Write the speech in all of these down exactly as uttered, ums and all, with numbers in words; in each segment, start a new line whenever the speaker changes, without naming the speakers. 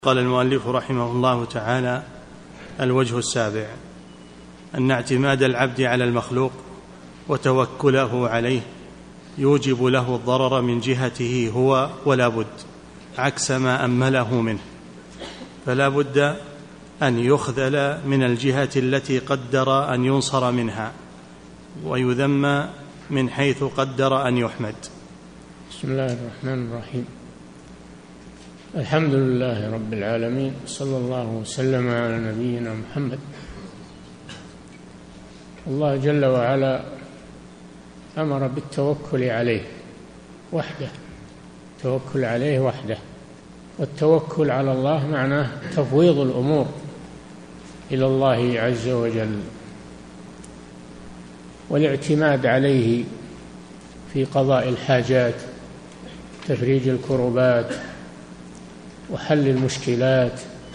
قال المؤلف رحمه الله تعالى: الوجه السابع أن اعتماد العبد على المخلوق وتوكله عليه يوجب له الضرر من جهته هو ولا بد، عكس ما أمله منه، فلا بد أن يخذل من الجهة التي قدر أن ينصر منها، ويذم من حيث قدر أن يحمد.
بسم الله الرحمن الرحيم. الحمد لله رب العالمين، صلى الله وسلم على نبينا محمد. الله جل وعلا أمر بالتوكل عليه وحده، التوكل عليه وحده، والتوكل على الله معناه تفويض الأمور إلى الله عز وجل، والاعتماد عليه في قضاء الحاجات، تفريج الكربات، وحل المشكلات.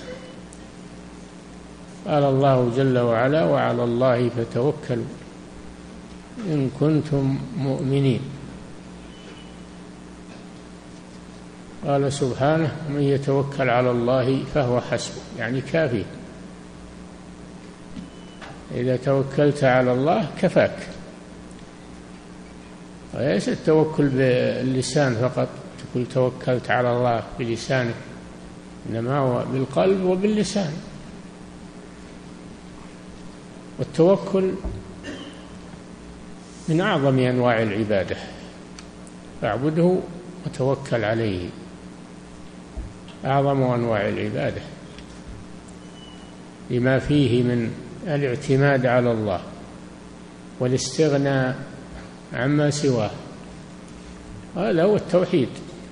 قال الله جل وعلا: وعلى الله فتوكلوا إن كنتم مؤمنين. قال سبحانه: من يتوكل على الله فهو حسبه، يعني كافي. إذا توكلت على الله كفاك، وليس التوكل باللسان فقط، تقول توكلت على الله بلسانك، إنما هو بالقلب وباللسان. والتوكل من أعظم أنواع العبادة، فاعبده وتوكل عليه، أعظم أنواع العبادة لما فيه من الاعتماد على الله والاستغناء عما سواه. هذا هو التوحيد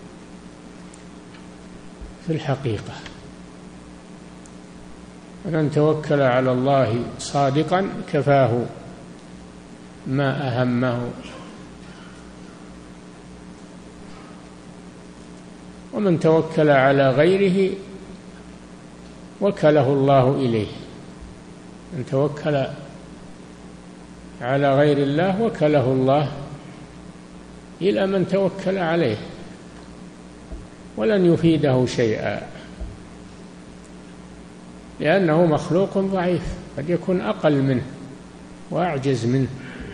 في الحقيقة. ومن توكل على الله صادقا كفاه ما أهمه، ومن توكل على غيره وكله الله إليه. من توكل على غير الله وكله الله إلى من توكل عليه، ولن يفيده شيئا، لأنه مخلوق ضعيف، قد يكون أقل منه وأعجز منه،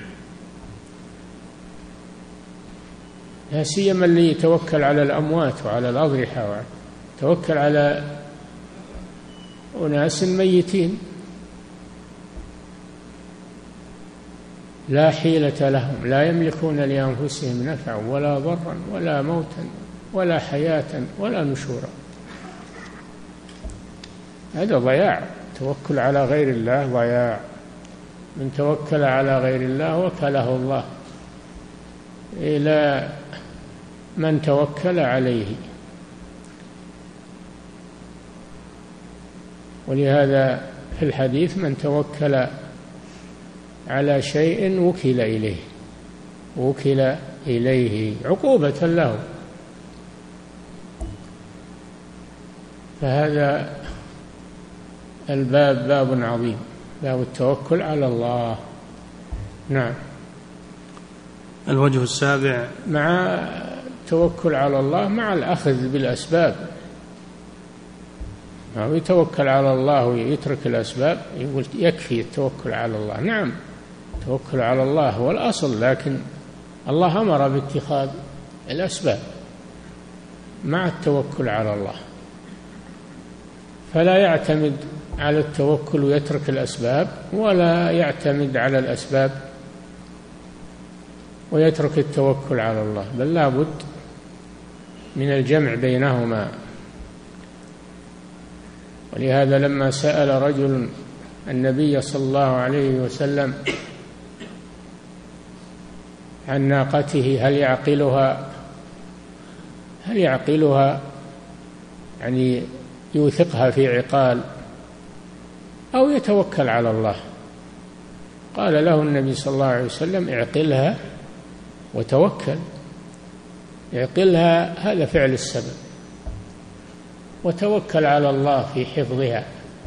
لا سيما اللي يتوكل على الأموات وعلى الأضرحة، وتوكل على أناس ميتين لا حيلة لهم، لا يملكون لأنفسهم نفعا ولا ضرا ولا موتا ولا حياة ولا نشورا. هذا ضياع، توكل على غير الله ضياع. من توكل على غير الله وكله الله إلى من توكل عليه. ولهذا في الحديث: من توكل على شيء وكل إليه، وكل إليه عقوبة له. فهذا الباب باب عظيم، باب التوكل على الله. نعم.
الوجه السابع
مع التوكل على الله مع الأخذ بالأسباب. ما يتوكل على الله ويترك الأسباب، يقول يكفي التوكل على الله. نعم، التوكل على الله هو الأصل، لكن الله أمر باتخاذ الأسباب مع التوكل على الله، فلا يعتمد على التوكل ويترك الأسباب، ولا يعتمد على الأسباب ويترك التوكل على الله، بل لا بد من الجمع بينهما. ولهذا لما سأل رجل النبي صلى الله عليه وسلم عن ناقته هل يعقلها هل يعقلها يعني يوثقها في عقال أو يتوكل على الله، قال له النبي صلى الله عليه وسلم: اعقلها وتوكل. اعقلها هذا فعل السبب، وتوكل على الله في حفظها،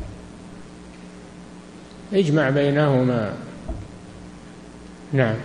اجمع بينهما. نعم.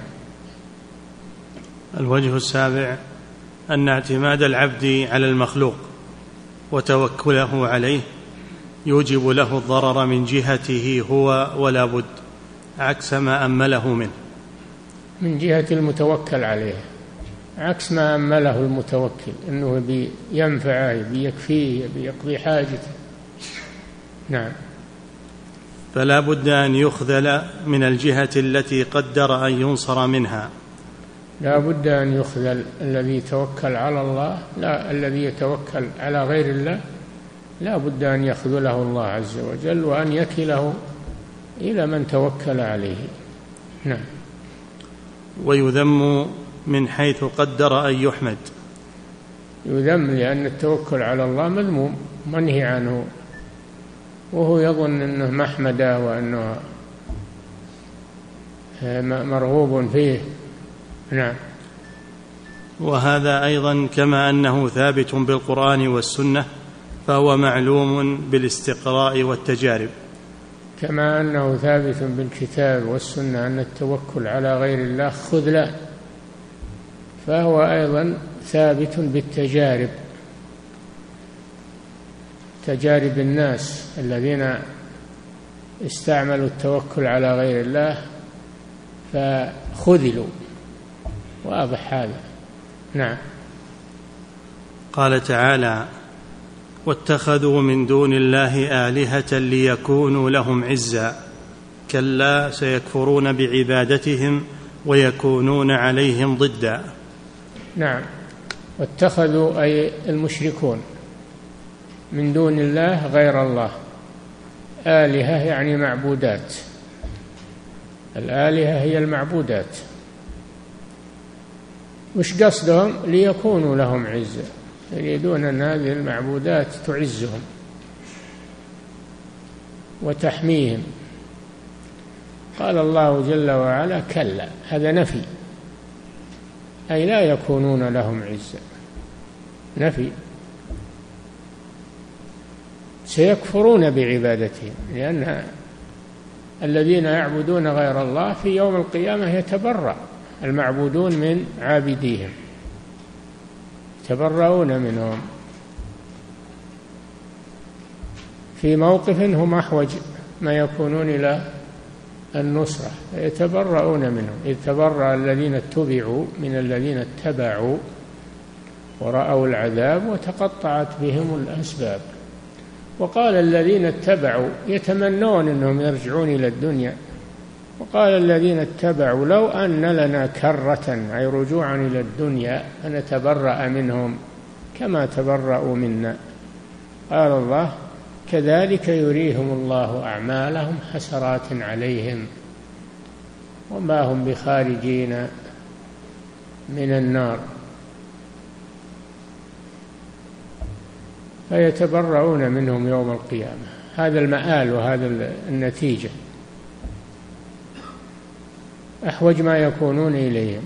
الوجه السابع أن اعتماد العبد على المخلوق وتوكله عليه يوجب له الضرر من جهته هو ولا بد، عكس ما أمله منه.
من جهة المتوكل عليه عكس ما أمله المتوكل، أنه بينفعه بيكفيه بيقضي حاجته. نعم.
فلا بد أن يخذل من الجهة التي قدر أن ينصر منها.
لا بد أن يخذل الذي يتوكل على الله، لا الذي يتوكل على غير الله لا بد أن يخذله الله عز وجل وأن يكله إلى من توكل عليه. نعم.
ويذم من حيث قدر أن يحمد.
يذم لأن التوكل على الله مذموم منهي عنه، وهو يظن أنه محمده وأنه مرغوب فيه. نعم.
وهذا أيضا كما أنه ثابت بالقرآن والسنة فهو معلوم بالاستقراء والتجارب.
كما أنه ثابت بالكتاب والسنة أن التوكل على غير الله خذلان، فهو أيضا ثابت بالتجارب، تجارب الناس الذين استعملوا التوكل على غير الله فخذلوا، واضح هذا. نعم.
قال تعالى: واتخذوا من دون الله آلهة ليكونوا لهم عزا كلا سيكفرون بعبادتهم ويكونون عليهم ضدا.
نعم. واتخذوا أي المشركون من دون الله غير الله آلهة يعني معبودات، الآلهة هي المعبودات. وش قصدهم؟ ليكونوا لهم عزة، يريدون أن هذه المعبودات تعزهم وتحميهم. قال الله جل وعلا: كلا، هذا نفي، أي لا يكونون لهم عزة، نفي. سيكفرون بعبادتهم، لأن الذين يعبدون غير الله في يوم القيامة يتبرأ المعبودون من عابديهم، يتبرؤون منهم في موقف هم أحوج ما يكونون إلى النصرة، يتبرؤون منهم. إذ تبرأ الذين اتبعوا من الذين اتبعوا ورأوا العذاب وتقطعت بهم الأسباب. وقال الذين اتبعوا يتمنون أنهم يرجعون إلى الدنيا، وقال الذين اتبعوا لو أن لنا كرة أي رجوعا إلى الدنيا فنتبرأ منهم كما تبرأوا منا. قال الله: كذلك يريهم الله أعمالهم حسرات عليهم وما هم بخارجين من النار. فيتبرؤون منهم يوم القيامة. هذا المآل وهذا النتيجة، أحوج ما يكونون إليهم.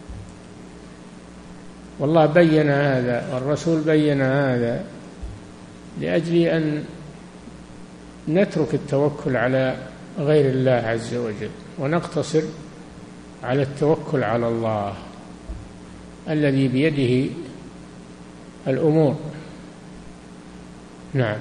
والله بين هذا والرسول بين هذا لأجل أن نترك التوكل على غير الله عز وجل ونقتصر على التوكل على الله الذي بيده الأمور. نعم.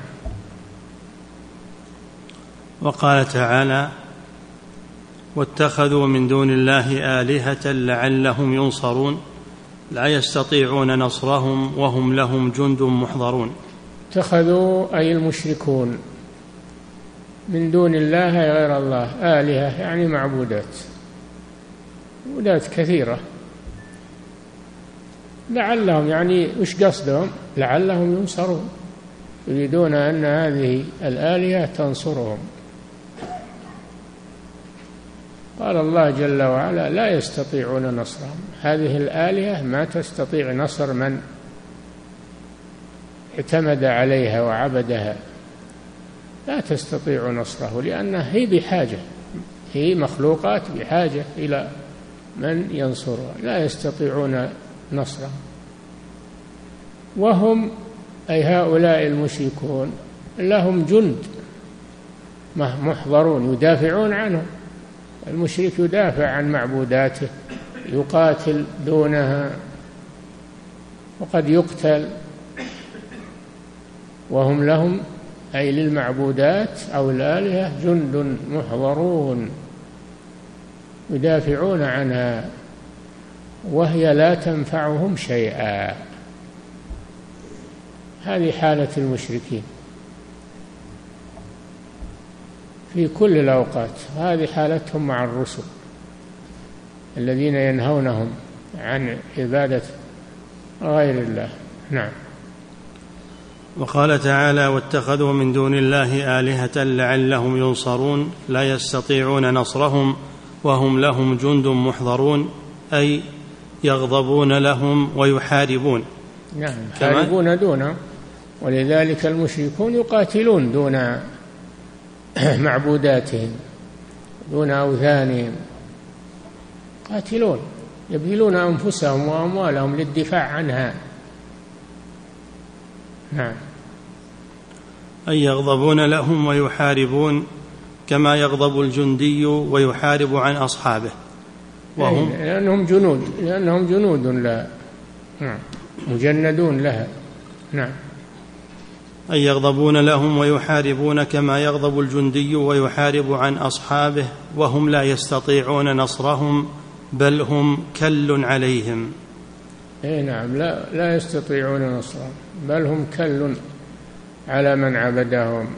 وقال تعالى: واتخذوا من دون الله آلهة لعلهم ينصرون لا يستطيعون نصرهم وهم لهم جند محضرون.
اتخذوا أي المشركون من دون الله غير الله آلهة يعني معبودات، معبودات كثيرة. لعلهم يعني وش قصدهم؟ لعلهم ينصرون، يريدون أن هذه الآلهة تنصرهم. قال الله جل وعلا: لا يستطيعون نصرهم، هذه الآلهة ما تستطيع نصر من اعتمد عليها وعبدها، لا تستطيع نصره، لأنها هي بحاجة، هي مخلوقات بحاجة إلى من ينصرها، لا يستطيعون نصره. وهم أي هؤلاء المشركون لهم جند محضرون يدافعون عنه. المشرك يدافع عن معبوداته، يقاتل دونها وقد يقتل، وهم لهم أي للمعبودات أو الآلهة جند محضرون يدافعون عنها وهي لا تنفعهم شيئا. هذه حالة المشركين في كل الأوقات، هذه حالتهم مع الرسل الذين ينهونهم عن عبادة غير الله. نعم.
وقال تعالى: واتخذوا من دون الله آلهة لعلهم ينصرون لا يستطيعون نصرهم وهم لهم جند محضرون، أي يغضبون لهم ويحاربون.
نعم، يحاربون دونه، ولذلك المشركون يقاتلون دون معبوداتهم دون أوثانهم، قاتلون يبذلون أنفسهم وأموالهم للدفاع عنها. نعم.
أي يغضبون لهم ويحاربون كما يغضب الجندي ويحارب عن أصحابه، وهم
لأنهم جنود لأنهم جنود لا نعم مجندون لها. نعم.
أي يغضبون لهم ويحاربون كما يغضب الجندي ويحارب عن أصحابه، وهم لا يستطيعون نصرهم بل هم كل عليهم.
اي نعم، لا لا يستطيعون نصرهم بل هم كل على من عبدهم،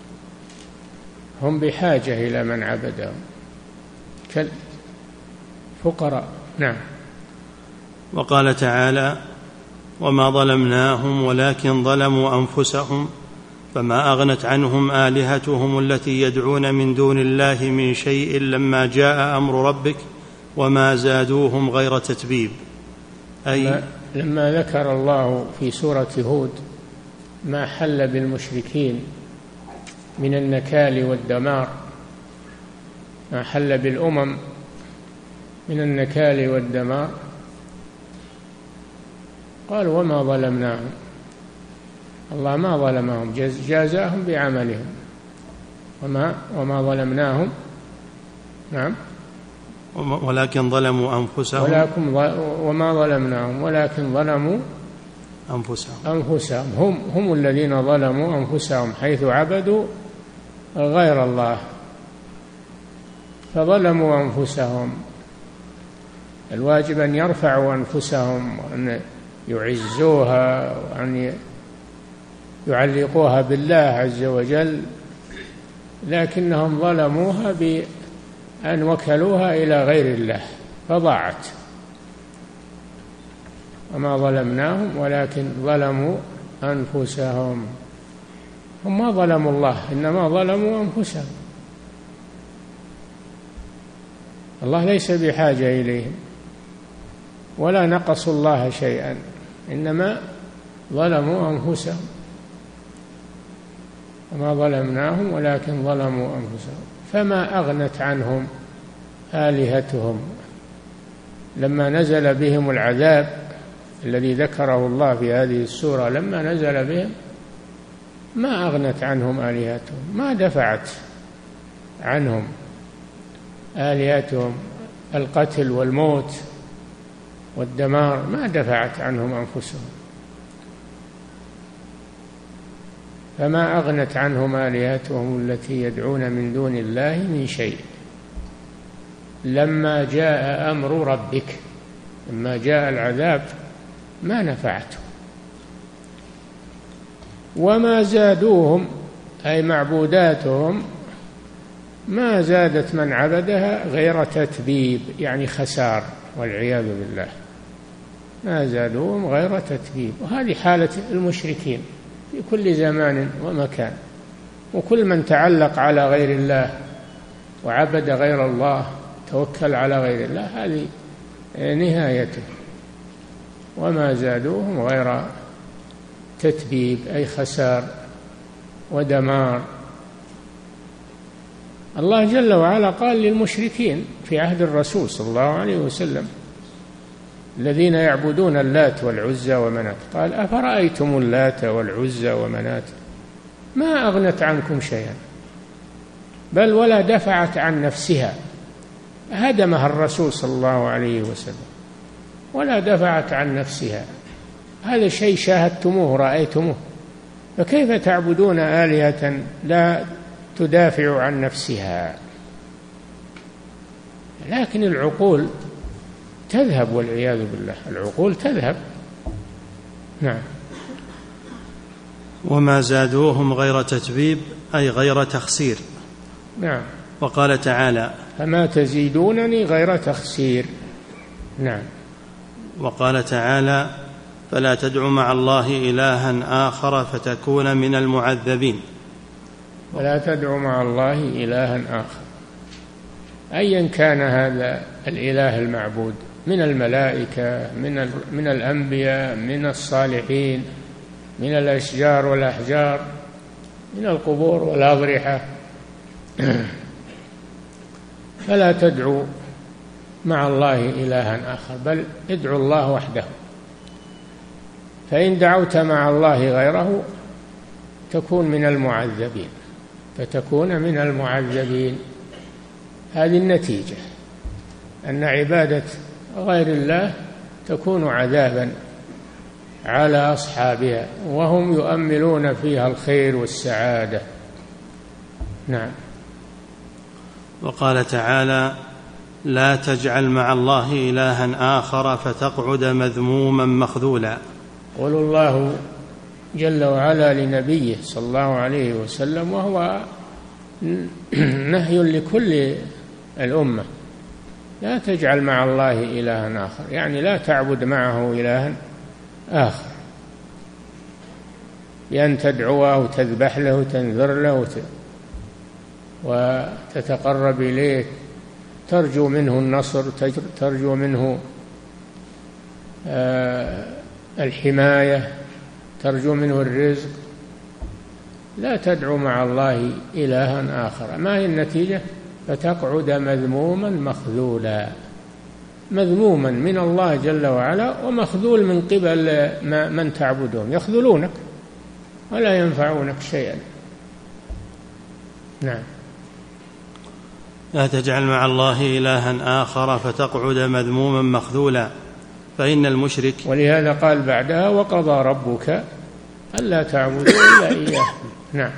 هم بحاجة إلى من عبدهم، كل فقراء. نعم.
وقال تعالى: وما ظلمناهم ولكن ظلموا أنفسهم فما أغنت عنهم آلهتهم التي يدعون من دون الله من شيء لما جاء أمر ربك وما زادوهم غير تتبيب. أي
لما ذكر الله في سورة هود ما حل بالمشركين من النكال والدمار، ما حل بالأمم من النكال والدمار، قال: وما ظلمناهم. الله ما ظلمهم، جازاهم بعملهم. وما وما ظلمناهم. نعم.
ولكن ظلموا أنفسهم.
ولكن وما ظلمناهم ولكن ظلموا
أنفسهم.
أنفسهم هم هم الذين ظلموا أنفسهم حيث عبدوا غير الله، فظلموا أنفسهم. الواجب أن يرفعوا أنفسهم وأن يعزوها وأن يعلقوها بالله عز وجل، لكنهم ظلموها بأن وكلوها إلى غير الله فضاعت. وما ظلمناهم ولكن ظلموا أنفسهم. هم ما ظلموا الله، إنما ظلموا أنفسهم. الله ليس بحاجة إليهم ولا نقصوا الله شيئا، إنما ظلموا أنفسهم. وما ظلمناهم ولكن ظلموا أنفسهم فما أغنت عنهم آلهتهم. لما نزل بهم العذاب الذي ذكره الله في هذه السورة، لما نزل بهم ما أغنت عنهم آلهتهم، ما دفعت عنهم آلهتهم القتل والموت والدمار، ما دفعت عنهم أنفسهم. فما أغنت عنهم آلهتهم التي يدعون من دون الله من شيء لما جاء أمر ربك. لما جاء العذاب ما نفعته. وما زادوهم أي معبوداتهم ما زادت من عبدها غير تتبيب، يعني خسار والعياذ بالله. ما زادوهم غير تتبيب. وهذه حالة المشركين في كل زمان ومكان، وكل من تعلق على غير الله وعبد غير الله توكل على غير الله هذه نهايته. وما زادوهم غير تتبيب أي خسار ودمار. الله جل وعلا قال للمشركين في عهد الرسول صلى الله عليه وسلم الذين يعبدون اللات والعزى ومنات، قال: أفرأيتم اللات والعزى ومنات ما أغنت عنكم شيئا بل ولا دفعت عن نفسها. هدمها الرسول صلى الله عليه وسلم ولا دفعت عن نفسها. هذا شيء شاهدتموه رأيتموه، فكيف تعبدون آلهة لا تدافع عن نفسها؟ لكن العقول تذهب والعياذ بالله، العقول تذهب. نعم.
وما زادوهم غير تتبيب أي غير تخسير.
نعم.
وقال تعالى
فما تزيدونني غير تخسير. نعم.
وقال تعالى فلا تدع مع الله إلها آخر فتكون من المعذبين.
ولا تدع مع الله إلها آخر، أيا كان هذا الإله المعبود من الملائكة، من من الأنبياء، من الصالحين، من الأشجار والأحجار، من القبور والأضرحة. فلا تدعوا مع الله إلها آخر، بل ادعوا الله وحده. فإن دعوت مع الله غيره تكون من المعذبين، فتكون من المعذبين. هذه النتيجة، أن عبادة غير الله تكون عذابا على أصحابها، وهم يؤملون فيها الخير والسعادة. نعم.
وقال تعالى لا تجعل مع الله إلها آخر فتقعد مذموما مخذولا.
قول الله جل وعلا لنبيه صلى الله عليه وسلم، وهو نهي لكل الأمة: لا تجعل مع الله إلها آخر، يعني لا تعبد معه إلها آخر، بأن تدعوه وتذبح له وتنذر له وتتقرب إليه، ترجو منه النصر، ترجو منه الحماية، ترجو منه الرزق. لا تدعو مع الله إلها آخر. ما هي النتيجة؟ فتقعد مذموما مخذولا، مذموما من الله جل وعلا، ومخذول من قبل من تعبدون، يخذلونك ولا ينفعونك شيئا. نعم.
لا تجعل مع الله إلها آخر فتقعد مذموما مخذولا، فإن المشرك.
ولهذا قال بعدها: وقضى ربك ألا تعبدوا إلا إياه. نعم.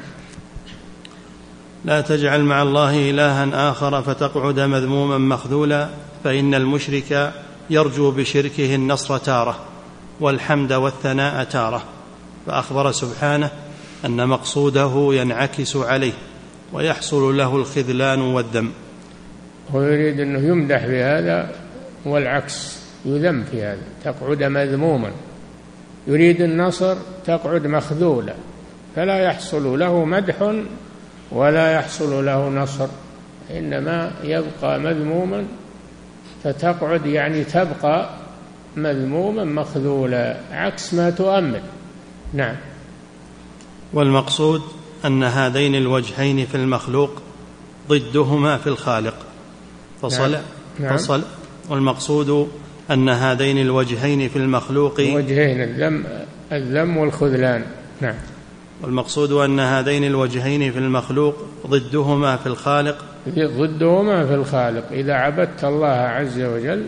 لا تجعل مع الله إلها آخر فتقعد مذموما مخذولا، فإن المشرك يرجو بشركه النصر تارة والحمد والثناء تارة. فأخبر سبحانه أن مقصوده ينعكس عليه ويحصل له الخذلان والذم.
هو يريد أنه يمدح بهذا، والعكس يذم في هذا، تقعد مذموما. يريد النصر تقعد مخذولا، فلا يحصل له مدح ولا يحصل له نصر، إنما يبقى مذموما، فتقعد يعني تبقى مذموما مخذولا، عكس ما تؤمل. نعم.
والمقصود أن هذين الوجهين في المخلوق ضدهما في الخالق. فصل
نعم.
فصل والمقصود أن هذين الوجهين في المخلوق
وجهين، الذم الذم والخذلان. نعم.
والمقصود أن هذين الوجهين في المخلوق ضدهما في الخالق.
ضدهما في الخالق. إذا عبدت الله عز وجل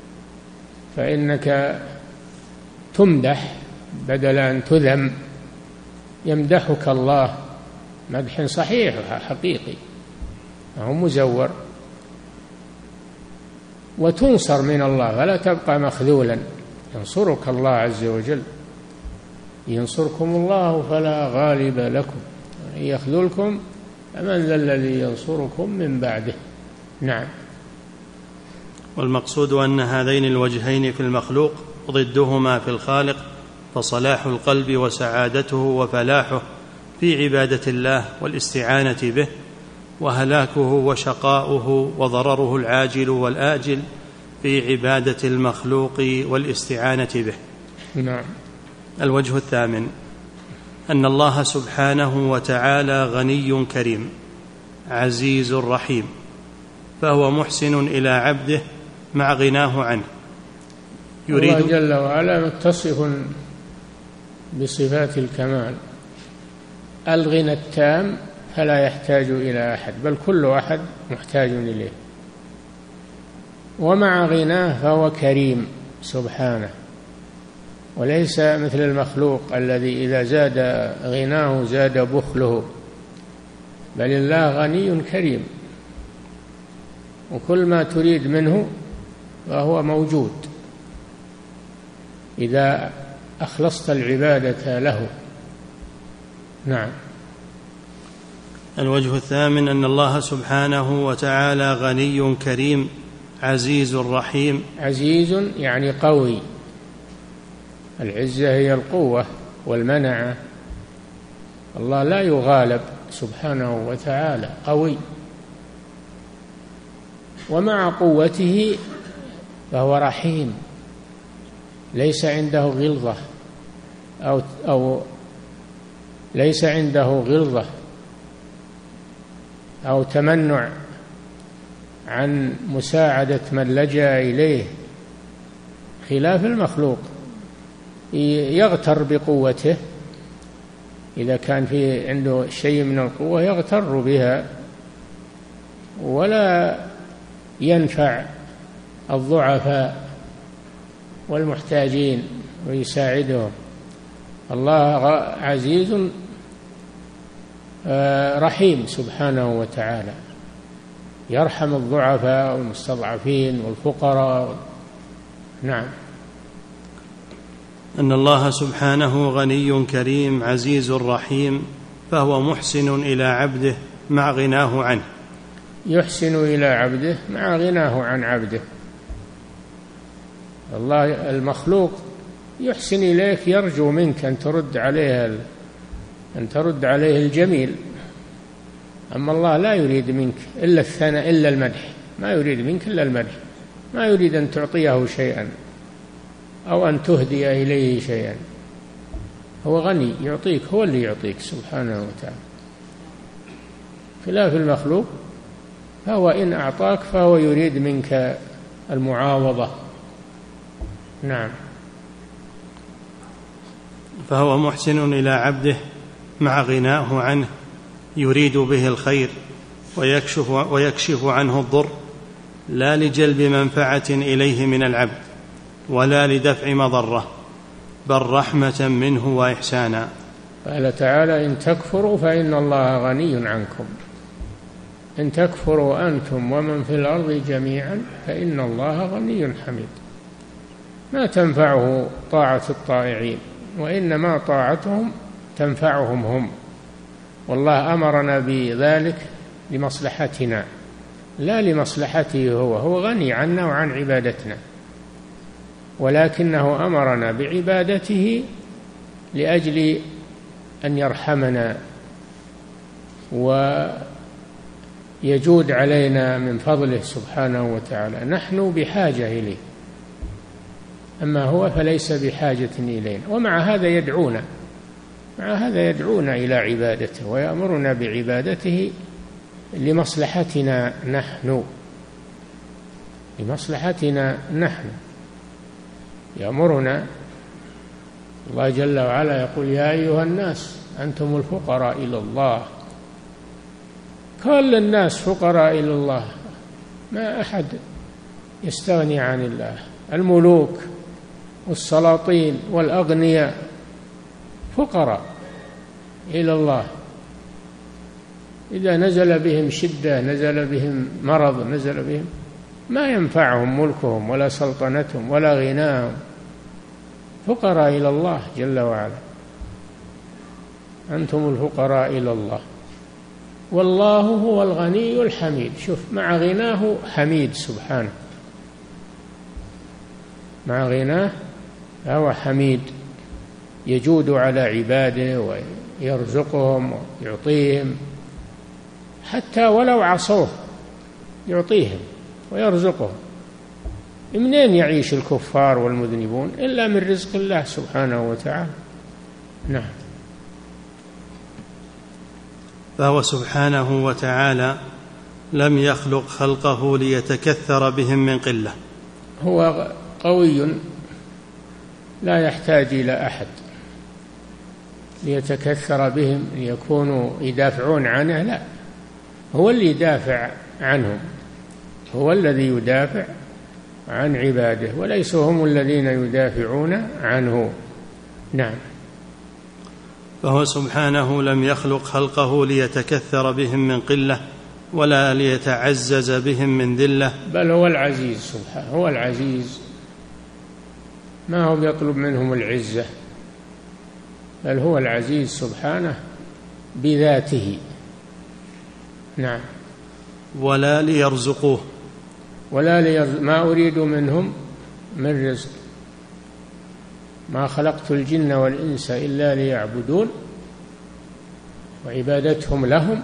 فإنك تمدح بدل أن تذم، يمدحك الله مدح صحيح حقيقي، هو مزور، وتنصر من الله فلا تبقى مخذولا، ينصرك الله عز وجل. ينصركم الله فلا غالب لكم، إن يخذلكم فمن ذا الذي ينصركم من بعده. نعم.
والمقصود أن هذين الوجهين في المخلوق ضدهما في الخالق، فصلاح القلب وسعادته وفلاحه في عبادة الله والاستعانة به، وهلاكه وشقاؤه وضرره العاجل والآجل في عبادة المخلوق والاستعانة به.
نعم.
الوجه الثامن أن الله سبحانه وتعالى غني كريم عزيز رحيم، فهو محسن إلى عبده مع غناه عنه.
يريد الله جل وعلا متصف بصفات الكمال، الغنى التام، فلا يحتاج إلى أحد، بل كل أحد محتاج إليه. ومع غناه فهو كريم سبحانه، وليس مثل المخلوق الذي إذا زاد غناه زاد بخله، بل الله غني كريم، وكل ما تريد منه فهو موجود إذا أخلصت العبادة له. نعم.
الوجه الثامن أن الله سبحانه وتعالى غني كريم عزيز رحيم.
عزيز يعني قوي، العزة هي القوة والمنعة، الله لا يغالب سبحانه وتعالى، قوي، ومع قوته فهو رحيم، ليس عنده غلظة أو, أو ليس عنده غلظة أو تمنع عن مساعدة من لجأ إليه، خلاف المخلوق يغتر بقوته، إذا كان في عنده شيء من القوة يغتر بها ولا ينفع الضعفاء والمحتاجين ويساعدهم. الله عزيز رحيم سبحانه وتعالى، يرحم الضعفاء والمستضعفين والفقراء. نعم.
أن الله سبحانه غني كريم عزيز رحيم، فهو محسن إلى عبده مع غناه عنه.
يحسن إلى عبده مع غناه عن عبده. الله المخلوق يحسن إليك، يرجو منك أن ترد عليه أن ترد عليه الجميل، أما الله لا يريد منك إلا الثناء إلا المدح، ما يريد منك إلا المدح، ما يريد أن تعطيه شيئا أو أن تهدي إليه شيئا. هو غني يعطيك، هو اللي يعطيك سبحانه وتعالى، خلاف المخلوق فهو إن أعطاك فهو يريد منك المعاوضة. نعم.
فهو محسن إلى عبده مع غناه عنه، يريد به الخير ويكشف, ويكشف عنه الضر، لا لجلب منفعة إليه من العبد ولا لدفع مضرة، بل رحمة منه وإحسانا.
قال تعالى: إن تكفروا فإن الله غني عنكم، إن تكفروا أنتم ومن في الأرض جميعا فإن الله غني حميد. ما تنفعه طاعة الطائعين، وإنما طاعتهم تنفعهم هم، والله أمرنا بذلك لمصلحتنا لا لمصلحته هو، هو غني عنا وعن عبادتنا، ولكنه أمرنا بعبادته لأجل أن يرحمنا ويجود علينا من فضله سبحانه وتعالى. نحن بحاجة إليه، أما هو فليس بحاجة إلينا، ومع هذا يدعونا مع هذا يدعونا إلى عبادته ويأمرنا بعبادته لمصلحتنا نحن لمصلحتنا نحن يأمرنا. الله جل وعلا يقول: يا أيها الناس أنتم الفقراء إلى الله. كل الناس فقراء إلى الله، ما أحد يستغني عن الله. الملوك والسلاطين والأغنياء فقراء إلى الله، إذا نزل بهم شدة، نزل بهم مرض، نزل بهم، ما ينفعهم ملكهم ولا سلطنتهم ولا غناهم، فقراء إلى الله جل وعلا. أنتم الفقراء إلى الله والله هو الغني الحميد. شوف، مع غناه حميد سبحانه، مع غناه فهو حميد، يجود على عباده ويرزقهم ويعطيهم، حتى ولو عصوه يعطيهم ويرزقهم. منين يعيش الكفار والمذنبون إلا من رزق الله سبحانه وتعالى. نعم.
فهو سبحانه وتعالى لم يخلق خلقه ليتكثر بهم من قلة،
هو قوي لا يحتاج إلى أحد ليتكثر بهم ليكونوا يدافعون عنه، لا، هو اللي يدافع عنهم، هو الذي يدافع عن عباده، وليسوا هم الذين يدافعون عنه. نعم.
فهو سبحانه لم يخلق خلقه ليتكثر بهم من قلة ولا ليتعزز بهم من ذلة،
بل هو العزيز سبحانه، هو العزيز، ما هو يطلب منهم العزة، بل هو العزيز سبحانه بذاته. نعم.
ولا ليرزقوه،
ولا ليرزق، ما أريد منهم من رزق، ما خلقت الجن والإنس إلا ليعبدون، وعبادتهم لهم،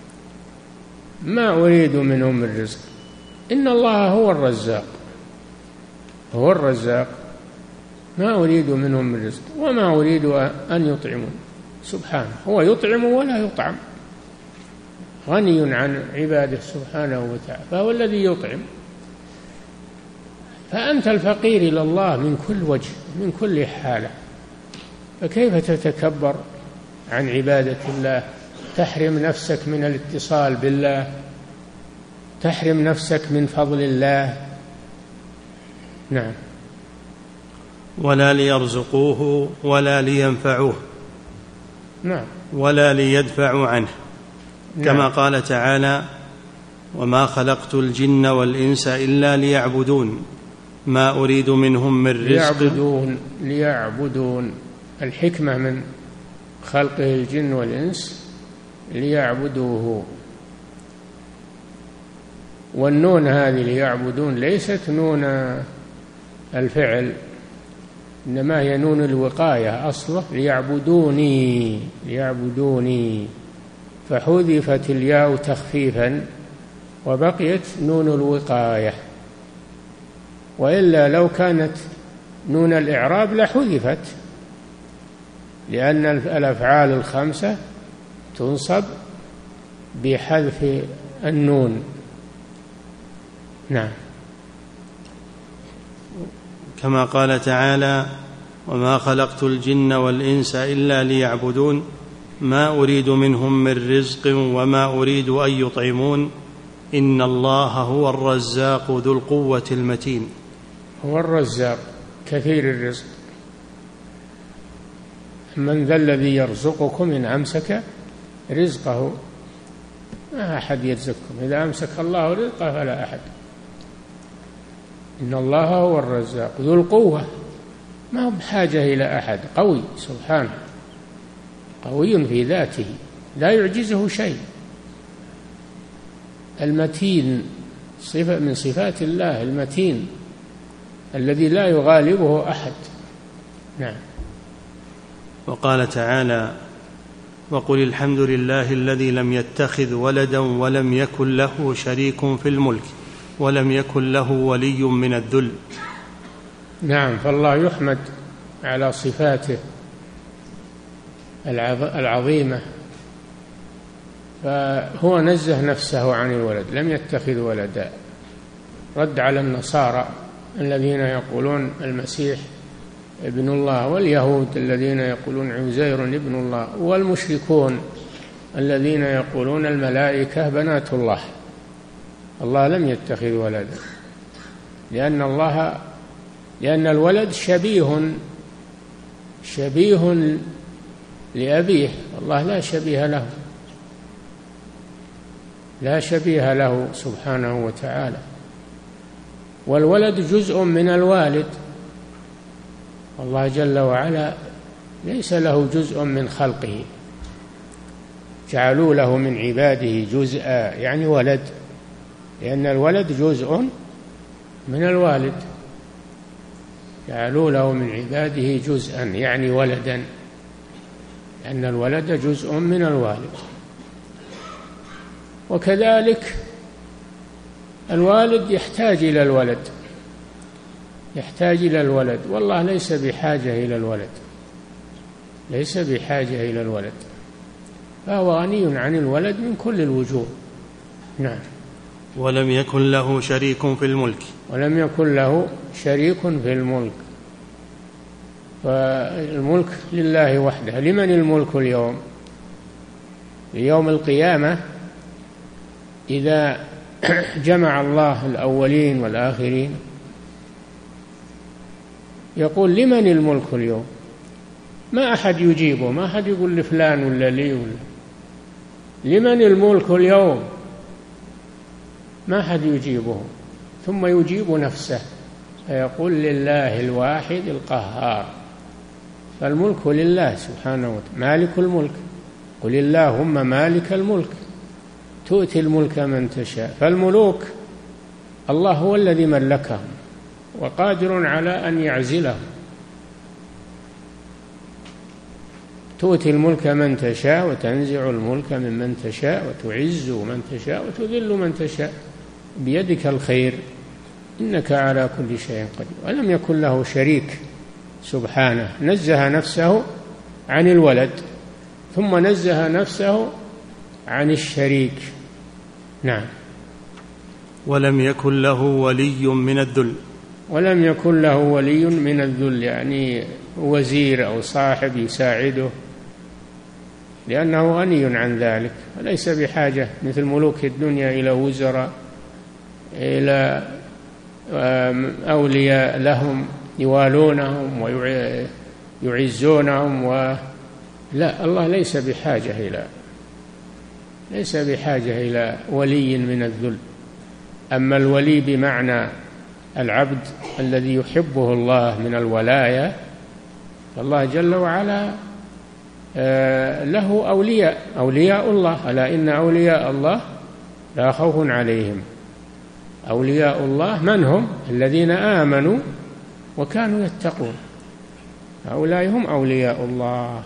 ما أريد منهم من رزق، إن الله هو الرزاق، هو الرزاق، ما أريد منهم من رزق وما أريد أن يطعمون، سبحانه هو يطعم ولا يطعم، غني عن عباده سبحانه وتعالى، فهو الذي يطعم. فأنت الفقير إلى الله من كل وجه، من كل حالة، فكيف تتكبر عن عبادة الله، تحرم نفسك من الاتصال بالله، تحرم نفسك من فضل الله. نعم.
ولا ليرزقوه ولا لينفعوه.
نعم.
ولا ليدفعوا عنه. نعم. كما قال تعالى: وما خلقت الجن والإنس إلا ليعبدون ما أريد منهم من رزق.
ليعبدون، ليعبدون، الحكمة من خلقه الجن والإنس ليعبدوه، والنون هذه ليعبدون ليست نون الفعل، إنما هي نون الوقاية، أصله ليعبدوني، ليعبدوني، فحذفت الياء تخفيفا وبقيت نون الوقاية، وإلا لو كانت نون الإعراب لحذفت، لأن الأفعال الخمسة تنصب بحذف النون. نعم.
كما قال تعالى: وما خلقت الجن والإنس إلا ليعبدون ما أريد منهم من رزق وما أريد أن يطعمون إن الله هو الرزاق ذو القوة المتين.
هو الرزاق كثير الرزق. من ذا الذي يرزقكم إن أمسك رزقه، ما أحد يرزقكم، إذا أمسك الله رزقه فلا أحد. إن الله هو الرزاق ذو القوة، ما هو بحاجة إلى أحد، قوي سبحانه، قوي في ذاته لا يعجزه شيء. المتين صفة من صفات الله، المتين الذي لا يغالبه أحد. نعم.
وقال تعالى: وقل الحمد لله الذي لم يتخذ ولدا ولم يكن له شريك في الملك ولم يكن له ولي من الذل.
نعم. فالله يحمد على صفاته العظيمة، فهو نزه نفسه عن الولد، لم يتخذ ولدا، رد على النصارى الذين يقولون المسيح ابن الله، واليهود الذين يقولون عزير ابن الله، والمشركون الذين يقولون الملائكة بنات الله. الله لم يتخذ ولدا، لأن الله لأن الولد شبيه شبيه لأبيه، الله لا شبيه له، لا شبيه له سبحانه وتعالى. والولد جزء من الوالد، الله جل وعلا ليس له جزء من خلقه، جعلوا له من عباده جزءا، يعني ولد، لأن الولد جزء من الوالد، جعلوا له من عباده جزءا يعني ولدا، لأن الولد جزء من الوالد. وكذلك الوالد يحتاج إلى الولد، يحتاج إلى الولد، والله ليس بحاجة إلى الولد، ليس بحاجة إلى الولد، فهو غني عن الولد من كل الوجوه. نعم.
ولم يكن له شريك في الملك.
ولم يكن له شريك في الملك، فالملك لله وحده. لمن الملك اليوم؟ يوم القيامة إذا جمع الله الأولين والآخرين يقول: لمن الملك اليوم؟ ما أحد يجيبه، ما أحد يقول لفلان ولا لي ولا لمن الملك اليوم، ما أحد يجيبه، ثم يجيب نفسه فيقول لله الواحد القهار. فالملك لله سبحانه وتعالى، مالك الملك. قل اللهم مالك الملك تؤتي الملك من تشاء. فالملوك الله هو الذي ملكهم وقادر على أن يعزلهم. تؤتي الملك من تشاء وتنزع الملك ممن تشاء وتعز من تشاء وتذل من تشاء بيدك الخير إنك على كل شيء قدير. ولم يكن له شريك سبحانه، نزه نفسه عن الولد ثم نزه نفسه عن الشريك. نعم.
ولم يكن له ولي من الذل.
ولم يكن له ولي من الذل، يعني وزير أو صاحب يساعده، لأنه غني عن ذلك، وليس بحاجة مثل ملوك الدنيا إلى وزراء، إلى أولياء لهم يوالونهم ويعزونهم و... لا، الله ليس بحاجة إلى ليس بحاجة إلى ولي من الذل. أما الولي بمعنى العبد الذي يحبه الله من الولاية، فالله جل وعلا له أولياء، أولياء الله، ألا إن أولياء الله لا خوف عليهم. أولياء الله من هم؟ الذين آمنوا وكانوا يتقون، هؤلاء هم أولياء الله.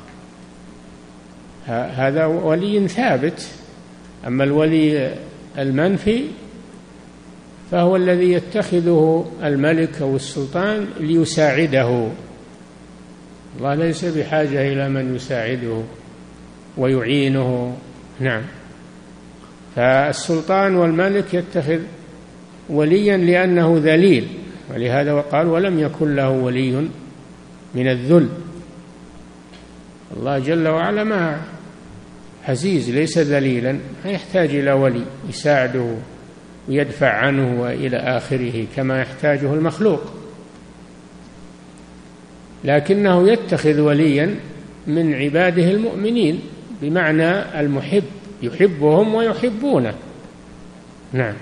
هذا ولي ثابت. أما الولي المنفي فهو الذي يتخذه الملك أو السلطان ليساعده. الله ليس بحاجة إلى من يساعده ويعينه. نعم. فالسلطان والملك يتخذ وليا لأنه ذليل، ولهذا وقال ولم يكن له ولي من الذل. الله جل وعلا ما عزيز، ليس ذليلا، ما يحتاج إلى ولي يساعده ويدفع عنه وإلى آخره كما يحتاجه المخلوق، لكنه يتخذ وليا من عباده المؤمنين بمعنى المحب، يحبهم ويحبونه. نعم.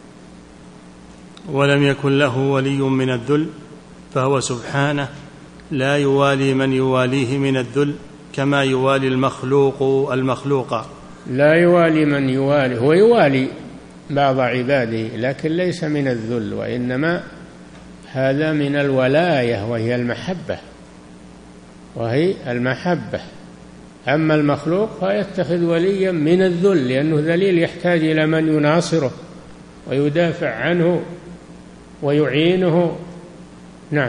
ولم يكن له ولي من الذل، فهو سبحانه لا يوالي من يواليه من الذل كما يوالي المخلوق المخلوق.
لا يوالي من يوالي، هو يوالي بعض عباده لكن ليس من الذل، وإنما هذا من الولاية وهي المحبة، وهي المحبة. أما المخلوق فيتخذ وليا من الذل لأنه ذليل، يحتاج إلى من يناصره ويدافع عنه ويعينه. نعم.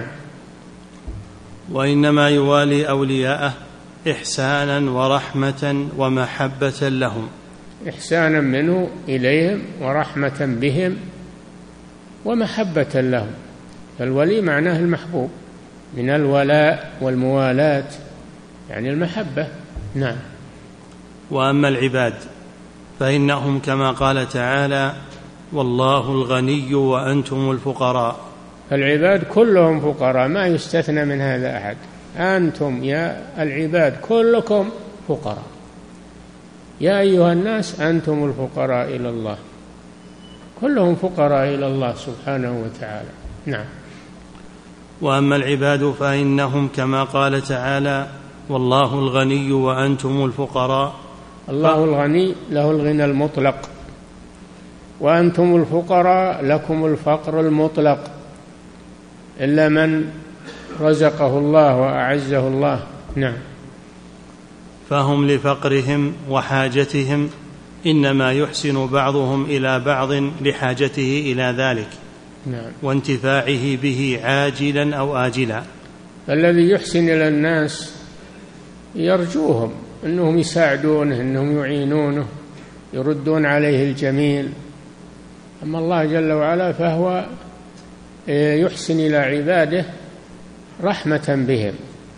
وإنما يوالي أولياءه إحسانا ورحمة ومحبة لهم،
إحسانا منه إليهم ورحمة بهم ومحبة لهم. فالولي معناه المحبوب، من الولاء والموالاة يعني المحبة. نعم.
وأما العباد فإنهم كما قال تعالى والله الغني وأنتم الفقراء.
العباد كلهم فقراء، ما يستثنى من هذا أحد. أنتم يا العباد كلكم فقراء، يا أيها الناس أنتم الفقراء إلى الله، كلهم فقراء إلى الله سبحانه وتعالى. نعم.
وأما العباد فإنهم كما قال تعالى والله الغني وأنتم الفقراء.
الله الغني له الغنى المطلق، وأنتم الفقراء لكم الفقر المطلق، إلا من رزقه الله وأعزه الله. نعم.
فهم لفقرهم وحاجتهم إنما يحسن بعضهم إلى بعض لحاجته إلى ذلك.
نعم.
وانتفاعه به عاجلا أو آجلا.
الذي يحسن إلى الناس يرجوهم أنهم يساعدونه، أنهم يعينونه، يردون عليه الجميل. أما الله جل وعلا فهو يحسن إلى عباده رحمة بهم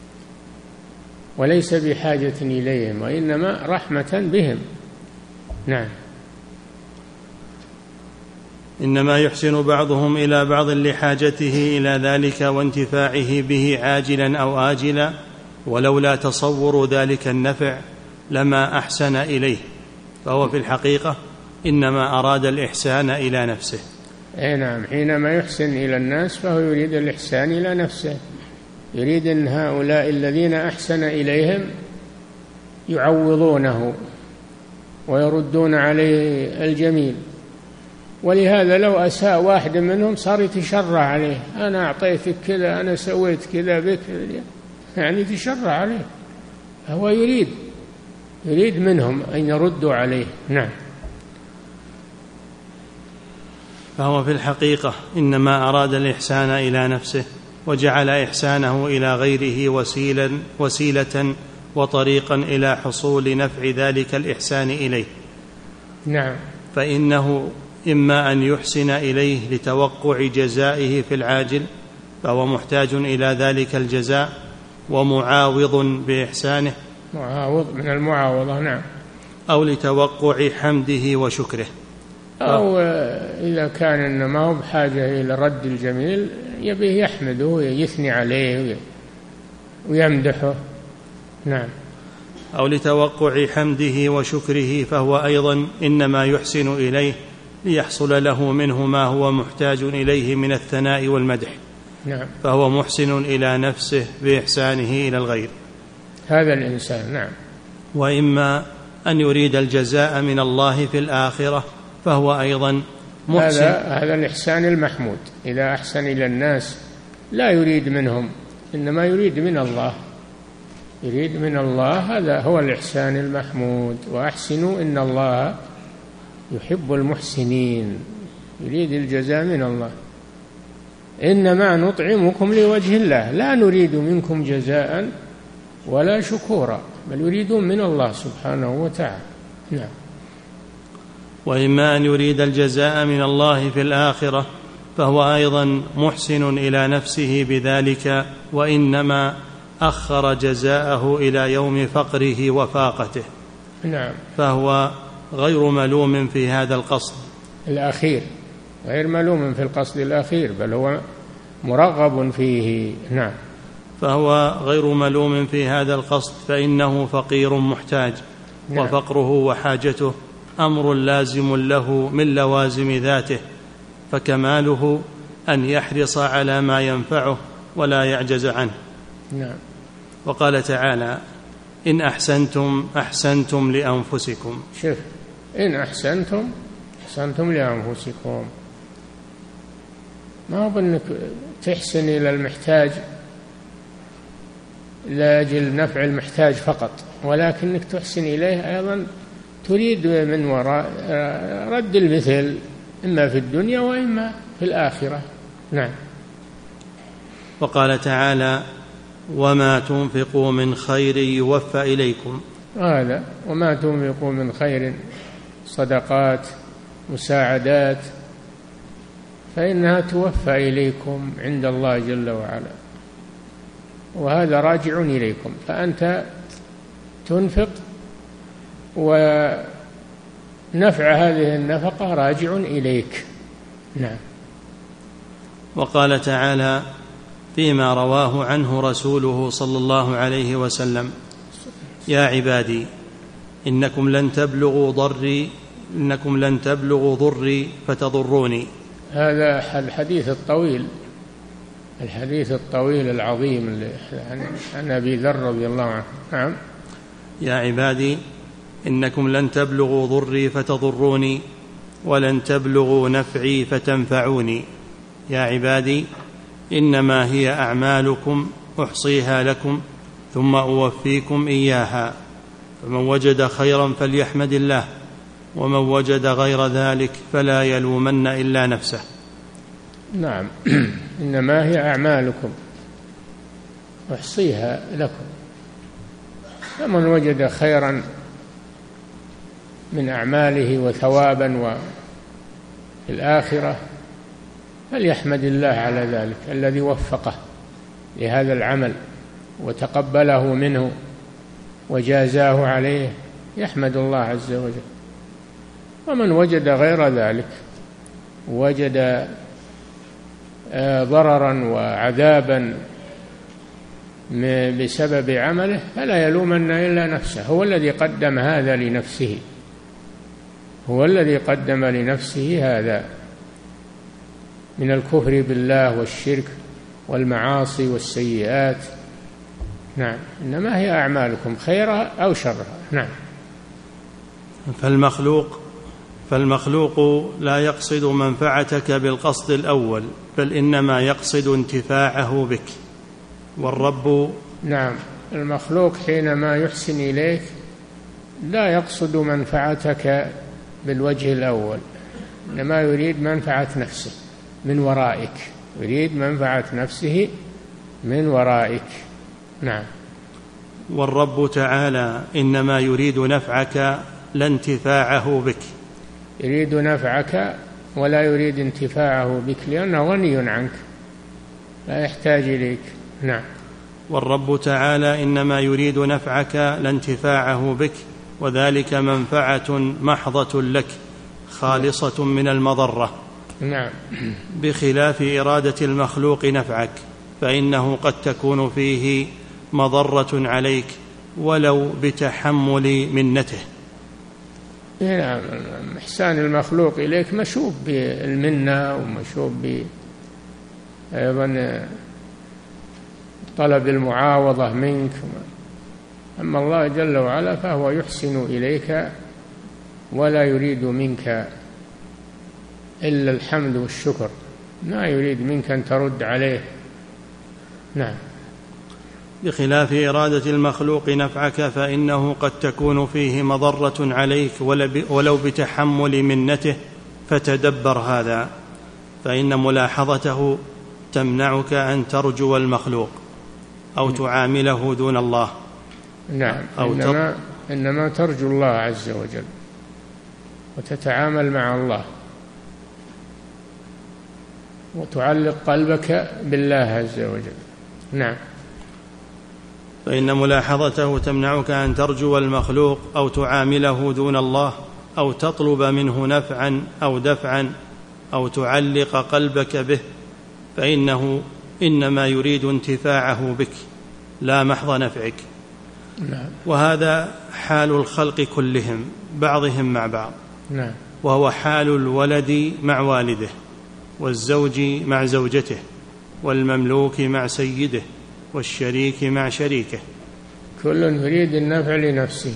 وليس بحاجة إليهم، وإنما رحمة بهم. نعم.
إنما يحسن بعضهم إلى بعض لحاجته إلى ذلك وانتفاعه به عاجلا أو آجلا، ولولا تصور ذلك النفع لما أحسن إليه، فهو في الحقيقة إنما أراد الإحسان إلى نفسه.
أي نعم، حينما يحسن إلى الناس فهو يريد الإحسان إلى نفسه، يريد أن هؤلاء الذين أحسن إليهم يعوضونه ويردون عليه الجميل. ولهذا لو أساء واحد منهم صار يتشرع عليه، أنا أعطيتك كذا، أنا سويت كذا بك، يعني يتشرع عليه. هو يريد يريد منهم أن يردوا عليه. نعم.
فهو في الحقيقة إنما أراد الإحسان إلى نفسه، وجعل إحسانه إلى غيره وسيلة, وسيلة وطريقا إلى حصول نفع ذلك الإحسان إليه.
نعم.
فإنه إما أن يحسن إليه لتوقع جزائه في العاجل، فهو محتاج إلى ذلك الجزاء ومعاوض بإحسانه،
معاوض من المعاوضة. نعم.
أو لتوقع حمده وشكره،
أو إذا كان إنما هو بحاجة إلى رد الجميل يبيه يحمده ويثني عليه ويمدحه. نعم.
أو لتوقع حمده وشكره، فهو أيضا إنما يحسن إليه ليحصل له منه ما هو محتاج إليه من الثناء والمدح.
نعم.
فهو محسن إلى نفسه بإحسانه إلى الغير،
هذا الإنسان. نعم.
وإما أن يريد الجزاء من الله في الآخرة، فهو أيضا محسن.
هذا, هذا الإحسان المحمود. إذا أحسن إلى الناس لا يريد منهم، إنما يريد من الله، يريد من الله، هذا هو الإحسان المحمود. وأحسنوا إن الله يحب المحسنين، يريد الجزاء من الله. إنما نطعمكم لوجه الله لا نريد منكم جزاء ولا شكورا، بل يريدون من الله سبحانه وتعالى. نعم.
وإما أن يريد الجزاء من الله في الآخرة، فهو أيضا محسن إلى نفسه بذلك، وإنما أخر جزاءه إلى يوم فقره وفاقته.
نعم.
فهو غير ملوم في هذا القصد
الأخير، غير ملوم في القصد الأخير، بل هو مرغب فيه. نعم.
فهو غير ملوم في هذا القصد، فإنه فقير محتاج. نعم. وفقره وحاجته أمر لازم له من لوازم ذاته، فكماله أن يحرص على ما ينفعه ولا يعجز عنه.
نعم.
وقال تعالى: إن أحسنتم أحسنتم لأنفسكم.
شوف، إن أحسنتم أحسنتم لأنفسكم، ما هو بأنك تحسن إلى المحتاج لأجل نفع المحتاج فقط، ولكنك تحسن إليه أيضا، تريد من وراء رد المثل إما في الدنيا وإما في الآخرة. نعم.
وقال تعالى: وما تنفقوا من خير يوفى إليكم.
هذا وما تنفقوا من خير، صدقات، مساعدات، فإنها توفى إليكم عند الله جل وعلا، وهذا راجع إليكم، فأنت تنفق ونفع هذه النفقة راجع إليك. نعم.
وقال تعالى فيما رواه عنه رسوله صلى الله عليه وسلم: يا عبادي إنكم لن تبلغوا ضري إنكم لن تبلغوا ضري فتضروني.
هذا الحديث الطويل، الحديث الطويل العظيم عن أبي ذر رضي الله عنه. نعم.
يا عبادي إنكم لن تبلغوا ضري فتضروني، ولن تبلغوا نفعي فتنفعوني. يا عبادي إنما هي أعمالكم أحصيها لكم ثم أوفيكم إياها، فمن وجد خيرا فليحمد الله، ومن وجد غير ذلك فلا يلومن إلا نفسه.
نعم. إنما هي أعمالكم أحصيها لكم، فمن وجد خيرا من أعماله وثوابا وفي الآخرة فليحمد الله على ذلك الذي وفقه لهذا العمل وتقبله منه وجازاه عليه، يحمد الله عز وجل. ومن وجد غير ذلك، وجد ضررا وعذابا بسبب عمله فلا يلومن إلا نفسه، هو الذي قدم هذا لنفسه، هو الذي قدم لنفسه هذا من الكفر بالله والشرك والمعاصي والسيئات. نعم، إنما هي أعمالكم خيرها أو شرها. نعم.
فالمخلوق فالمخلوق لا يقصد منفعتك بالقصد الأول، بل إنما يقصد انتفاعه بك. والرب
نعم، المخلوق حينما يحسن إليك لا يقصد منفعتك بالوجه الأول، إنما يريد منفعة نفسه من ورائك، يريد منفعة نفسه من ورائك. نعم.
والرب تعالى إنما يريد نفعك لا انتفاعه بك،
يريد نفعك ولا يريد انتفاعه بك، لأنه غني عنك لا يحتاج إليك. نعم.
والرب تعالى إنما يريد نفعك لا انتفاعه بك، وذلك منفعة محضة لك خالصة من المضرة.
نعم.
بخلاف إرادة المخلوق نفعك، فإنه قد تكون فيه مضرة عليك ولو بتحمل منته.
نعم، إحسان المخلوق إليك مشوب بالمنة ومشوب أيضا طلب المعاوضة منك. أما الله جل وعلا فهو يحسن إليك ولا يريد منك إلا الحمد والشكر، ما يريد منك أن ترد عليه. نعم.
بخلاف إرادة المخلوق نفعك، فإنه قد تكون فيه مضرة عليك ولو بتحمل منته، فتدبر هذا، فإن ملاحظته تمنعك أن ترجو المخلوق أو تعامله دون الله.
نعم. أو إنما, إنما ترجو الله عز وجل وتتعامل مع الله وتعلق قلبك بالله عز وجل. نعم.
فإن ملاحظته تمنعك أن ترجو المخلوق أو تعامله دون الله أو تطلب منه نفعا أو دفعا أو تعلق قلبك به، فإنه إنما يريد انتفاعه بك لا محض نفعك.
نعم.
وهذا حال الخلق كلهم بعضهم مع بعض.
نعم.
وهو حال الولد مع والده، والزوج مع زوجته، والمملوك مع سيده، والشريك مع شريكه،
كل يريد النفع لنفسه.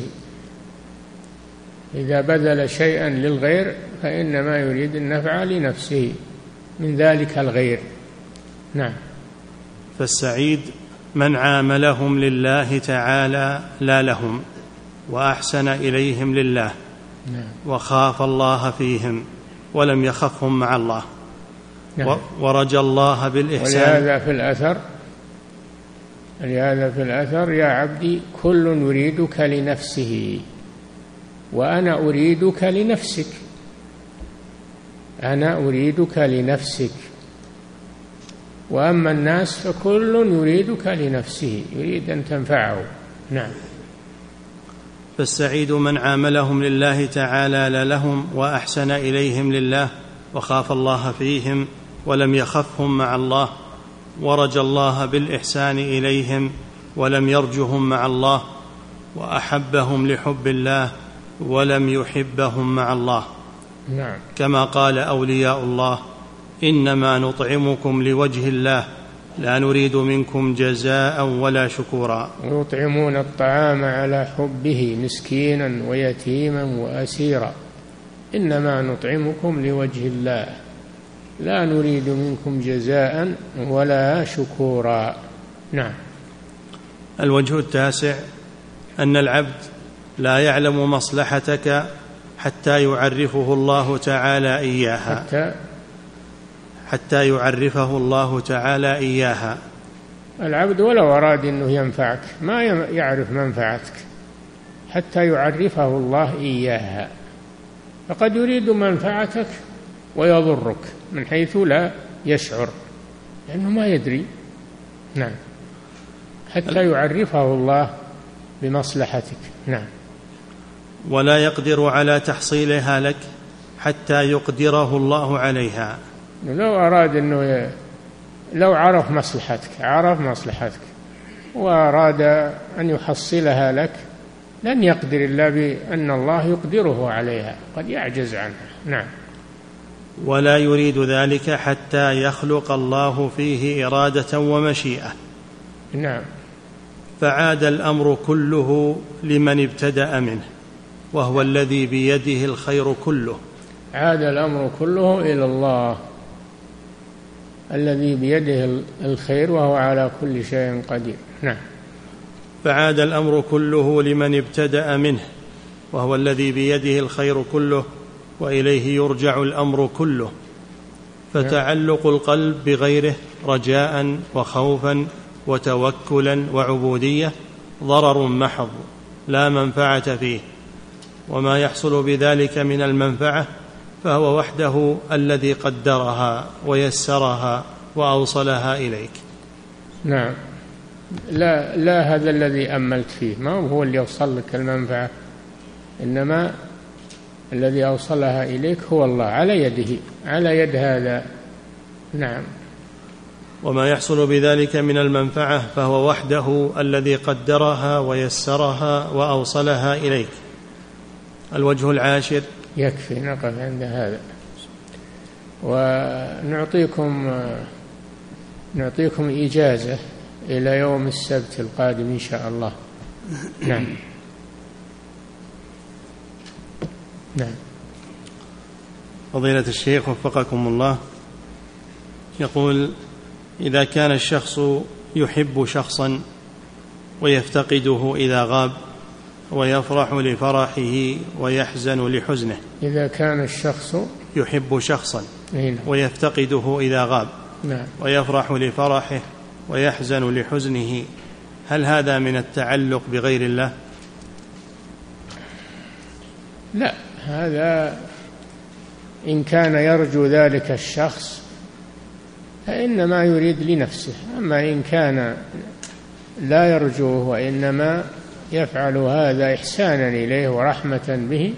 إذا بذل شيئا للغير فإنما يريد النفع لنفسه من ذلك الغير. نعم.
فالسعيد من عاملهم لله تعالى لا لهم، وأحسن إليهم لله،
نعم.
وخاف الله فيهم ولم يخفهم مع الله،
نعم.
ورجى الله بالإحسان.
ولهذا في الأثر لهذا في الأثر يا عبدي كل يريدك لنفسه وأنا أريدك لنفسك، أنا أريدك لنفسك، وأما الناس فكل يريدك لنفسه، يريد أن تنفعه. نعم.
فالسعيد من عاملهم لله تعالى لا لهم، وأحسن إليهم لله، وخاف الله فيهم ولم يخفهم مع الله، ورجى الله بالإحسان إليهم ولم يرجهم مع الله، وأحبهم لحب الله ولم يحبهم مع الله.
نعم.
كما قال أولياء الله: إنما نطعمكم لوجه الله لا نريد منكم جزاء ولا شكورا.
ويطعمون الطعام على حبه مسكينا ويتيما وأسيرا، إنما نطعمكم لوجه الله لا نريد منكم جزاء ولا شكورا. نعم.
الوجه التاسع أن العبد لا يعلم مصلحتك حتى يعرفه الله تعالى إياها،
حتى
حتى يعرفه الله تعالى إياها.
العبد ولو أراد أنه ينفعك ما يعرف منفعتك حتى يعرفه الله إياها، فقد يريد منفعتك ويضرك من حيث لا يشعر لأنه ما يدري. نعم. حتى يعرفه الله بمصلحتك. نعم.
ولا يقدر على تحصيلها لك حتى يقدره الله عليها.
لو أراد أنه ي... لو عرف مصلحتك عرف مصلحتك وأراد أن يحصلها لك لن يقدر إلا بأن الله يقدره عليها، قد يعجز عنها. نعم.
ولا يريد ذلك حتى يخلق الله فيه إرادة ومشيئة.
نعم.
فعاد الأمر كله لمن ابتدأ منه وهو الذي بيده الخير كله.
عاد الأمر كله إلى الله الذي بيده الخير وهو على كل شيء قدير. نعم.
فعاد الأمر كله لمن ابتدأ منه وهو الذي بيده الخير كله وإليه يرجع الأمر كله. فتعلق القلب بغيره رجاء وخوفا وتوكلا وعبودية ضرر محض لا منفعة فيه، وما يحصل بذلك من المنفعة فهو وحده الذي قدرها ويسرها وأوصلها إليك.
نعم. لا, لا هذا الذي أملت فيه، ما هو اللي أوصل لك المنفعة، إنما الذي أوصلها إليك هو الله على يده، على يد هذا. نعم.
وما يحصل بذلك من المنفعة فهو وحده الذي قدرها ويسرها وأوصلها إليك. الوجه العاشر.
يكفي نقف عند هذا، ونعطيكم نعطيكم إجازة إلى يوم السبت القادم إن شاء الله. نعم. نعم.
فضيلة الشيخ وفقكم الله، يقول: إذا كان الشخص يحب شخصا ويفتقده إذا غاب ويفرح لفرحه ويحزن لحزنه.
إذا كان الشخص
يحب شخصا
هنا.
ويفتقده إذا غاب.
نعم.
ويفرح لفرحه ويحزن لحزنه، هل هذا من التعلق بغير الله؟
لا، هذا إن كان يرجو ذلك الشخص فإنما يريد لنفسه، أما إن كان لا يرجوه وإنما يفعل هذا إحسانا إليه ورحمة به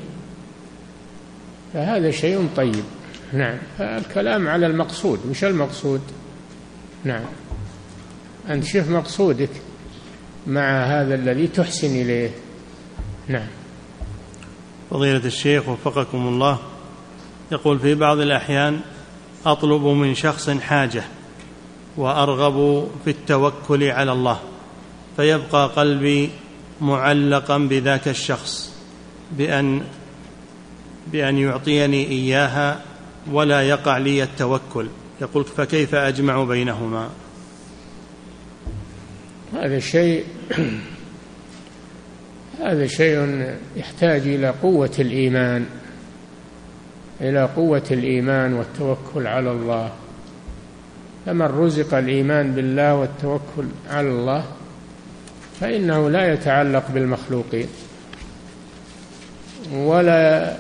فهذا شيء طيب. نعم. فالكلام على المقصود مش المقصود. نعم. أنت شوف مقصودك مع هذا الذي تحسن إليه. نعم.
فضيلة الشيخ وفقكم الله، يقول: في بعض الأحيان أطلب من شخص حاجة وأرغب في التوكل على الله، فيبقى قلبي معلقا بذاك الشخص بأن بأن يعطيني إياها ولا يقع لي التوكل. يقول: فكيف أجمع بينهما؟
هذا شيء هذا شيء يحتاج إلى قوة الإيمان، إلى قوة الإيمان والتوكل على الله. فمن رزق الإيمان بالله والتوكل على الله فإنه لا يتعلق بالمخلوقين ولا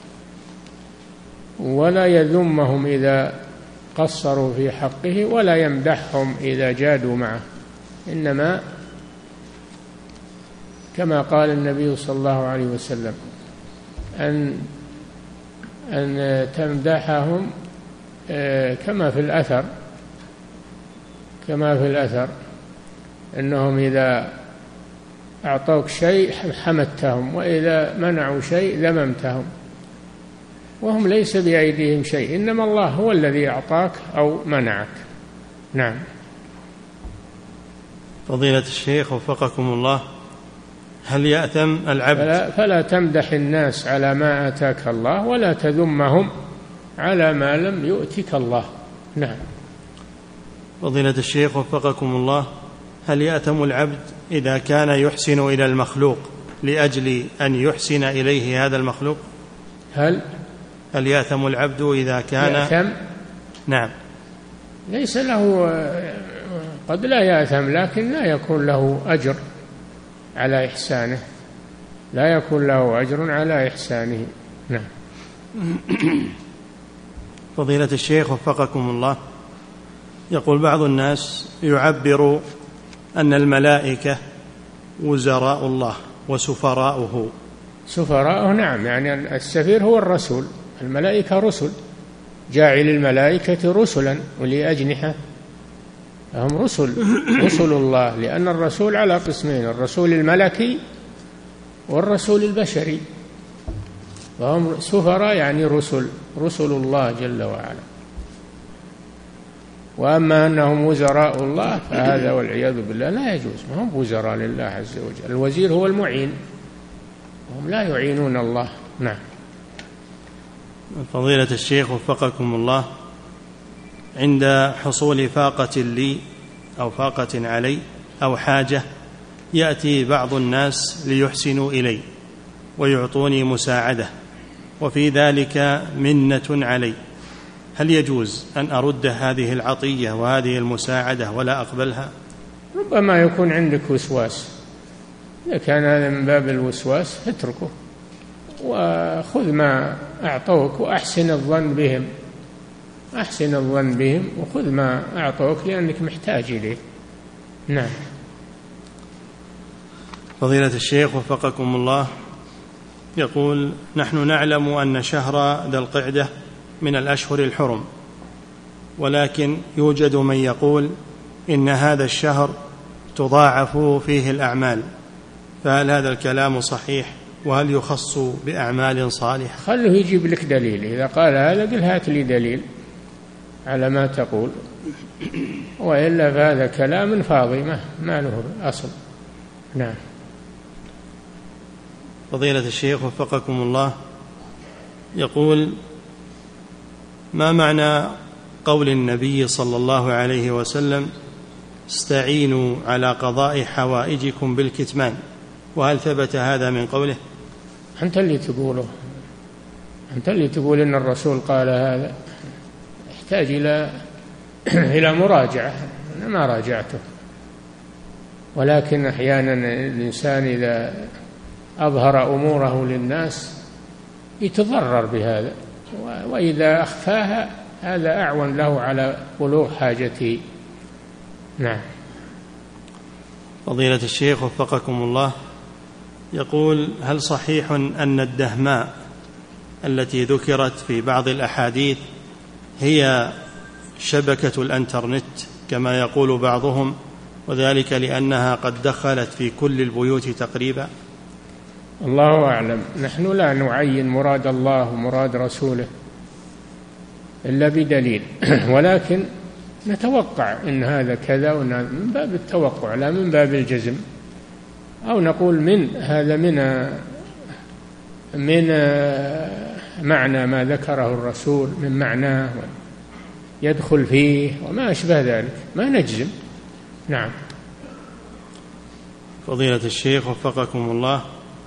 ولا يذمهم إذا قصروا في حقه ولا يمدحهم إذا جادوا معه، إنما كما قال النبي صلى الله عليه وسلم أن أن تمدحهم كما في الأثر كما في الأثر أنهم إذا أعطوك شيء حمدتهم وإذا منعوا شيء ذممتهم، وهم ليس بأيديهم شيء، إنما الله هو الذي أعطاك أو منعك. نعم.
فضيلة الشيخ وفقكم الله، هل يأثم العبد؟
فلا, فلا تمدح الناس على ما آتاك الله ولا تذمهم على ما لم يؤتك الله. نعم.
فضيلة الشيخ وفقكم الله، هل يأثم العبد إذا كان يحسن إلى المخلوق لأجل أن يحسن إليه هذا المخلوق؟
هل
هل يأثم العبد إذا كان
يأثم؟
نعم.
ليس له، قد لا يأثم لكن لا يكون له أجر على إحسانه، لا يكون له أجر على إحسانه. نعم.
فضيلة الشيخ وفقكم الله، يقول بعض الناس يعبر أن الملائكة وزراء الله وسفراؤه.
سفراؤه نعم، يعني السفير هو الرسول، الملائكة رسل، جاعل الملائكة رسلا ولي أجنحة هم رسل رسل الله، لأن الرسول على قسمين: الرسول الملكي والرسول البشري. فهم سفراء يعني رسل رسل الله جل وعلا. وأما أنهم وزراء الله فهذا والعياذ بالله لا يجوز، ما هم وزراء لله عز وجل. الوزير هو المعين، وهم لا يعينون الله. نعم.
فضيلة الشيخ وفقكم الله، عند حصول فاقة لي أو فاقة علي أو حاجة يأتي بعض الناس ليحسنوا إلي ويعطوني مساعدة، وفي ذلك منة علي، هل يجوز أن أرد هذه العطية وهذه المساعدة ولا أقبلها؟
ربما يكون عندك وسواس، إذا كان هذا من باب الوسواس اتركه وخذ ما أعطوك وأحسن الظن بهم أحسن الظن بهم وخذ ما أعطوك لأنك محتاج إليه. نعم.
فضيلة الشيخ وفقكم الله، يقول: نحن نعلم أن شهر ذي القعدة من الأشهر الحرم، ولكن يوجد من يقول إن هذا الشهر تضاعف فيه الأعمال، فهل هذا الكلام صحيح؟ وهل يخص بأعمال صالحة؟
خله يجيب لك دليل. إذا قال هذا قل هات لي دليل على ما تقول، وإلا فهذا كلام فاضي ما له أصل. نعم.
فضيلة الشيخ وفقكم الله، يقول: ما معنى قول النبي صلى الله عليه وسلم: استعينوا على قضاء حوائجكم بالكتمان؟ وهل ثبت هذا من قوله؟
أنت اللي تقوله، أنت اللي تقول إن الرسول قال هذا، يحتاج إلى إلى مراجعة. أنا ما راجعته، ولكن أحيانا الإنسان إذا أظهر أموره للناس يتضرر بهذا، وإذا أخفاها هذا أعون له على بلوغ حاجته. نعم.
فضيلة الشيخ وفقكم الله، يقول: هل صحيح أن الدهماء التي ذكرت في بعض الأحاديث هي شبكة الإنترنت كما يقول بعضهم، وذلك لأنها قد دخلت في كل البيوت تقريبا؟
الله أعلم. نحن لا نعين مراد الله ومراد رسوله إلا بدليل، ولكن نتوقع إن هذا كذا، من باب التوقع لا من باب الجزم. أو نقول من هذا من من معنى ما ذكره الرسول، من معناه يدخل فيه وما أشبه ذلك، ما نجزم. نعم.
فضيلة الشيخ وفقكم الله،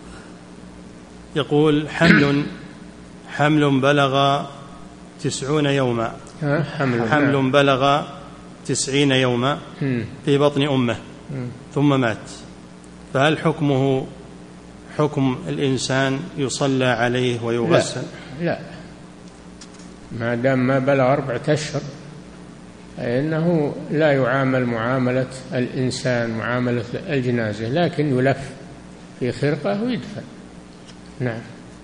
يقول: حمل حمل بلغ تسعون يوما
حمل,
حمل بلغ تسعين يوما في بطن أمه ثم مات، فهل حكمه حكم الإنسان يصلى عليه ويغسل؟
لا, لا. ما دام ما بلغ أربعة أشهر فإنه لا يعامل معاملة الإنسان، معاملة الجنازة، لكن يلف في خرقة ويدفن. نعم.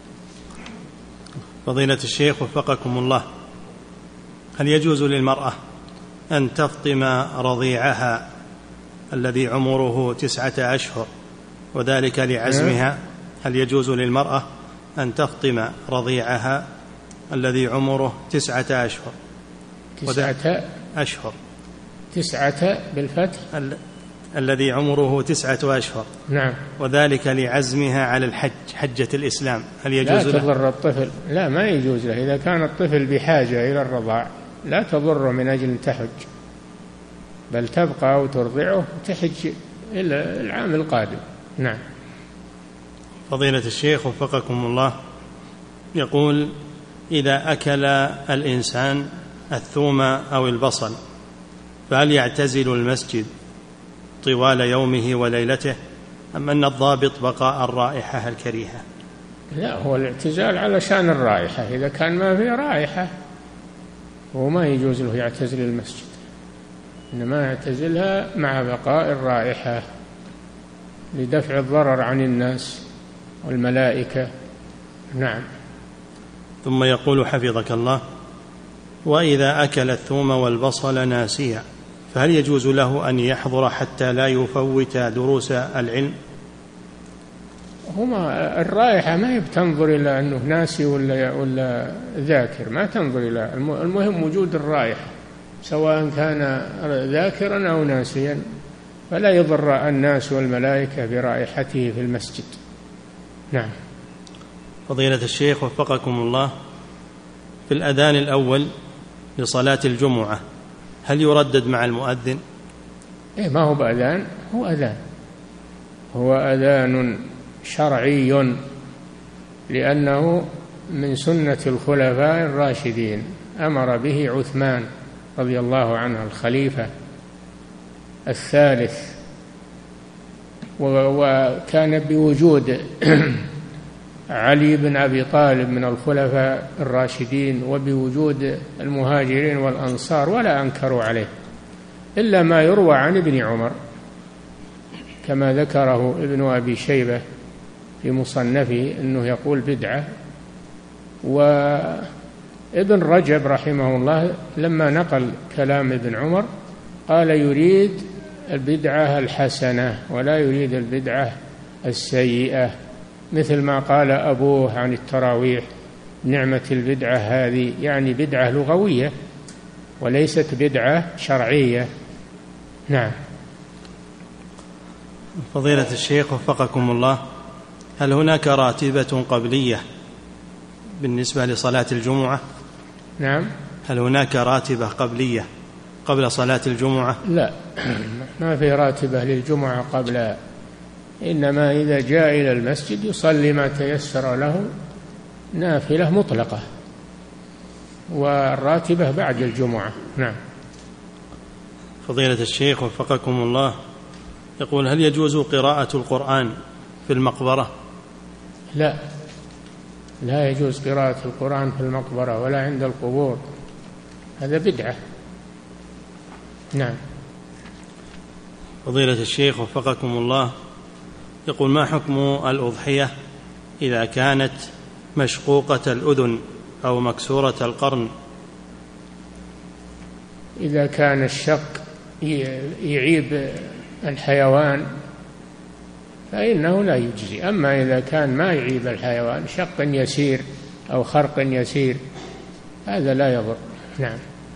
فضيلة الشيخ وفقكم الله، هل يجوز للمرأة أن تفطم رضيعها الذي عمره تسعة أشهر وذلك لعزمها؟ هل يجوز للمرأة أن تفطم رضيعها الذي عمره تسعة أشهر
تسعة
أشهر
تسعة بالفتح
ال... الذي عمره تسعة أشهر،
نعم،
وذلك لعزمها على الحج، حجة الإسلام، هل يجوز
لا
له؟
تضر الطفل، لا ما يجوز له. إذا كان الطفل بحاجة إلى الرضاع لا تضره من أجل تحج، بل تبقى وترضعه وتحج إلى العام القادم. نعم.
فضيلة الشيخ وفقكم الله، يقول: إذا أكل الإنسان الثوم أو البصل فهل يعتزل المسجد طوال يومه وليلته، أم أن الضابط بقاء الرائحة الكريهة؟
لا، هو الاعتزال علشان الرائحة، إذا كان ما في رائحة وما يجوز له يعتزل المسجد، إنما يعتزلها مع بقاء الرائحة لدفع الضرر عن الناس والملائكة. نعم.
ثم يقول حفظك الله: وإذا أكل الثوم والبصل ناسيا فهل يجوز له أن يحضر حتى لا يفوت دروس العلم؟
هما الرائحة ما هي بتنظر إلى أنه ناسي ولا, ولا ذاكر، ما تنظر إلى، المهم وجود الرائحة سواء كان ذاكرا أو ناسيا، فلا يضر الناس والملائكة برائحته في المسجد. نعم.
فضيلة الشيخ وفقكم الله، في الأذان الأول لصلاة الجمعة هل يردد مع المؤذن؟
إيه، ما هو بأذان، هو أذان، هو أذان شرعي، لأنه من سنة الخلفاء الراشدين، أمر به عثمان رضي الله عنه الخليفة الثالث، وكان بوجود علي بن أبي طالب من الخلفاء الراشدين وبوجود المهاجرين والأنصار، ولا أنكروا عليه إلا ما يروى عن ابن عمر كما ذكره ابن أبي شيبة في مصنفه أنه يقول بدعة. وابن رجب رحمه الله لما نقل كلام ابن عمر قال يريد البدعة الحسنة ولا يريد البدعة السيئة، مثل ما قال أبوه عن التراويح نعمة البدعة هذه، يعني بدعة لغوية وليست بدعة شرعية. نعم.
فضيلة الشيخ وفقكم الله، هل هناك راتبة قبلية بالنسبة لصلاة الجمعة؟
نعم.
هل هناك راتبة قبلية قبل صلاة الجمعة؟
لا، ما في راتبة للجمعة قبلها، إنما إذا جاء إلى المسجد يصلي ما تيسر له نافلة مطلقة، والراتبة بعد الجمعة. نعم.
فضيلة الشيخ وفقكم الله، يقول هل يجوز قراءة القرآن في المقبرة؟
لا، لا يجوز قراءة القرآن في المقبرة ولا عند القبور، هذا بدعة. نعم.
فضيلة الشيخ وفقكم الله، يقول ما حكم الأضحية إذا كانت مشقوقة الأذن أو مكسورة القرن؟
إذا كان الشق يعيب الحيوان فإنه لا يجزي، أما إذا كان ما يعيب الحيوان، شق يسير أو خرق يسير، هذا لا يضر. نعم.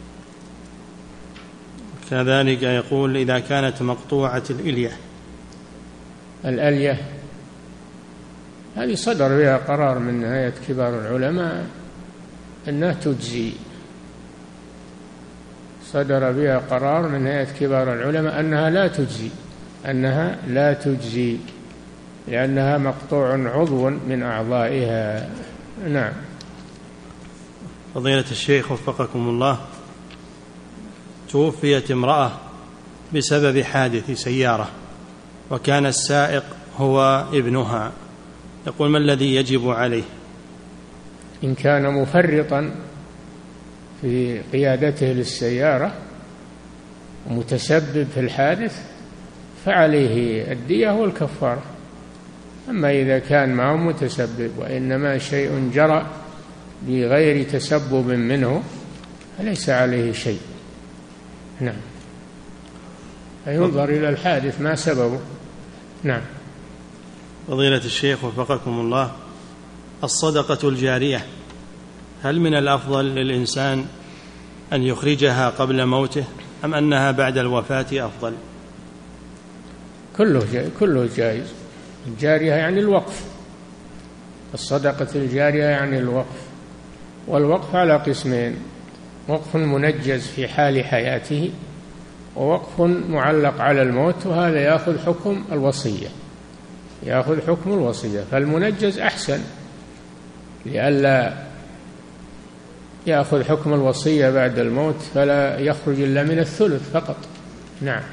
كذلك يقول إذا كانت مقطوعة الإلية.
الألية هذه صدر بها قرار من هيئة كبار العلماء أنها تجزي، صدر بها قرار من هيئة كبار العلماء أنها لا تجزي، أنها لا تجزي لأنها مقطوع عضو من أعضائها. نعم.
فضيلة الشيخ وفقكم الله، توفيت امرأة بسبب حادث سيارة وكان السائق هو ابنها، يقول ما الذي يجب عليه؟
إن كان مفرطا في قيادته للسيارة ومتسبب في الحادث فعليه الدية والكفارة، أما إذا كان ما هو متسبب وإنما شيء جرى بغير تسبب منه فليس عليه شيء. نعم. فينظر إلى الحادث ما سببه. نعم.
فضيلة الشيخ وفقكم الله، الصدقة الجارية هل من الأفضل للإنسان أن يخرجها قبل موته أم أنها بعد الوفاة أفضل؟
كله جائز، كله جائز. الجارية يعني الوقف، الصدقة الجارية يعني الوقف، والوقف على قسمين: وقف منجز في حال حياته، ووقف معلق على الموت، وهذا يأخذ حكم الوصية، يأخذ حكم الوصية. فالمنجز أحسن لئلا يأخذ حكم الوصية بعد الموت فلا يخرج إلا من الثلث فقط. نعم.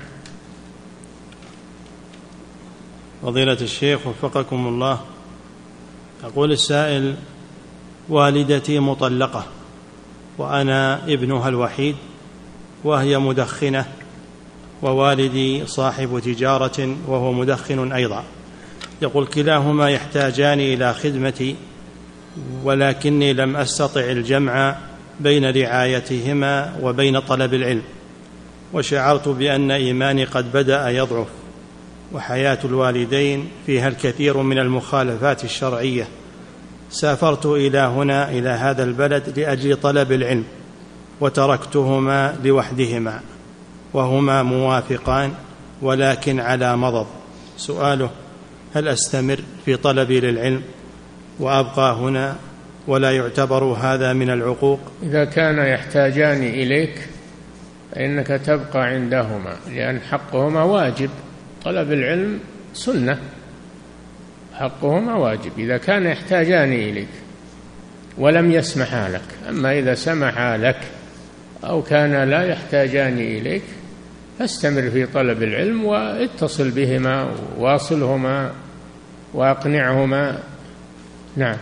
فضيلة الشيخ وفقكم الله، أقول السائل: والدتي مطلقة وأنا ابنها الوحيد وهي مدخنة، ووالدي صاحب تجارة وهو مدخن أيضا، يقول كلاهما يحتاجان إلى خدمتي ولكني لم أستطع الجمع بين رعايتهما وبين طلب العلم، وشعرت بأن إيماني قد بدأ يضعف، وحياة الوالدين فيها الكثير من المخالفات الشرعية. سافرت إلى هنا إلى هذا البلد لأجل طلب العلم، وتركتهما لوحدهما وهما موافقان ولكن على مضض. سؤاله: هل أستمر في طلبي للعلم وأبقى هنا ولا يعتبر هذا من العقوق؟
إذا كان يحتاجان إليك فإنك تبقى عندهما، لأن حقهما واجب. طلب العلم سنة، حقهما واجب إذا كان يحتاجان إليك ولم يسمحا لك. أما إذا سمحا لك أو كان لا يحتاجان إليك فاستمر في طلب العلم واتصل بهما واصلهما وأقنعهما. نعم.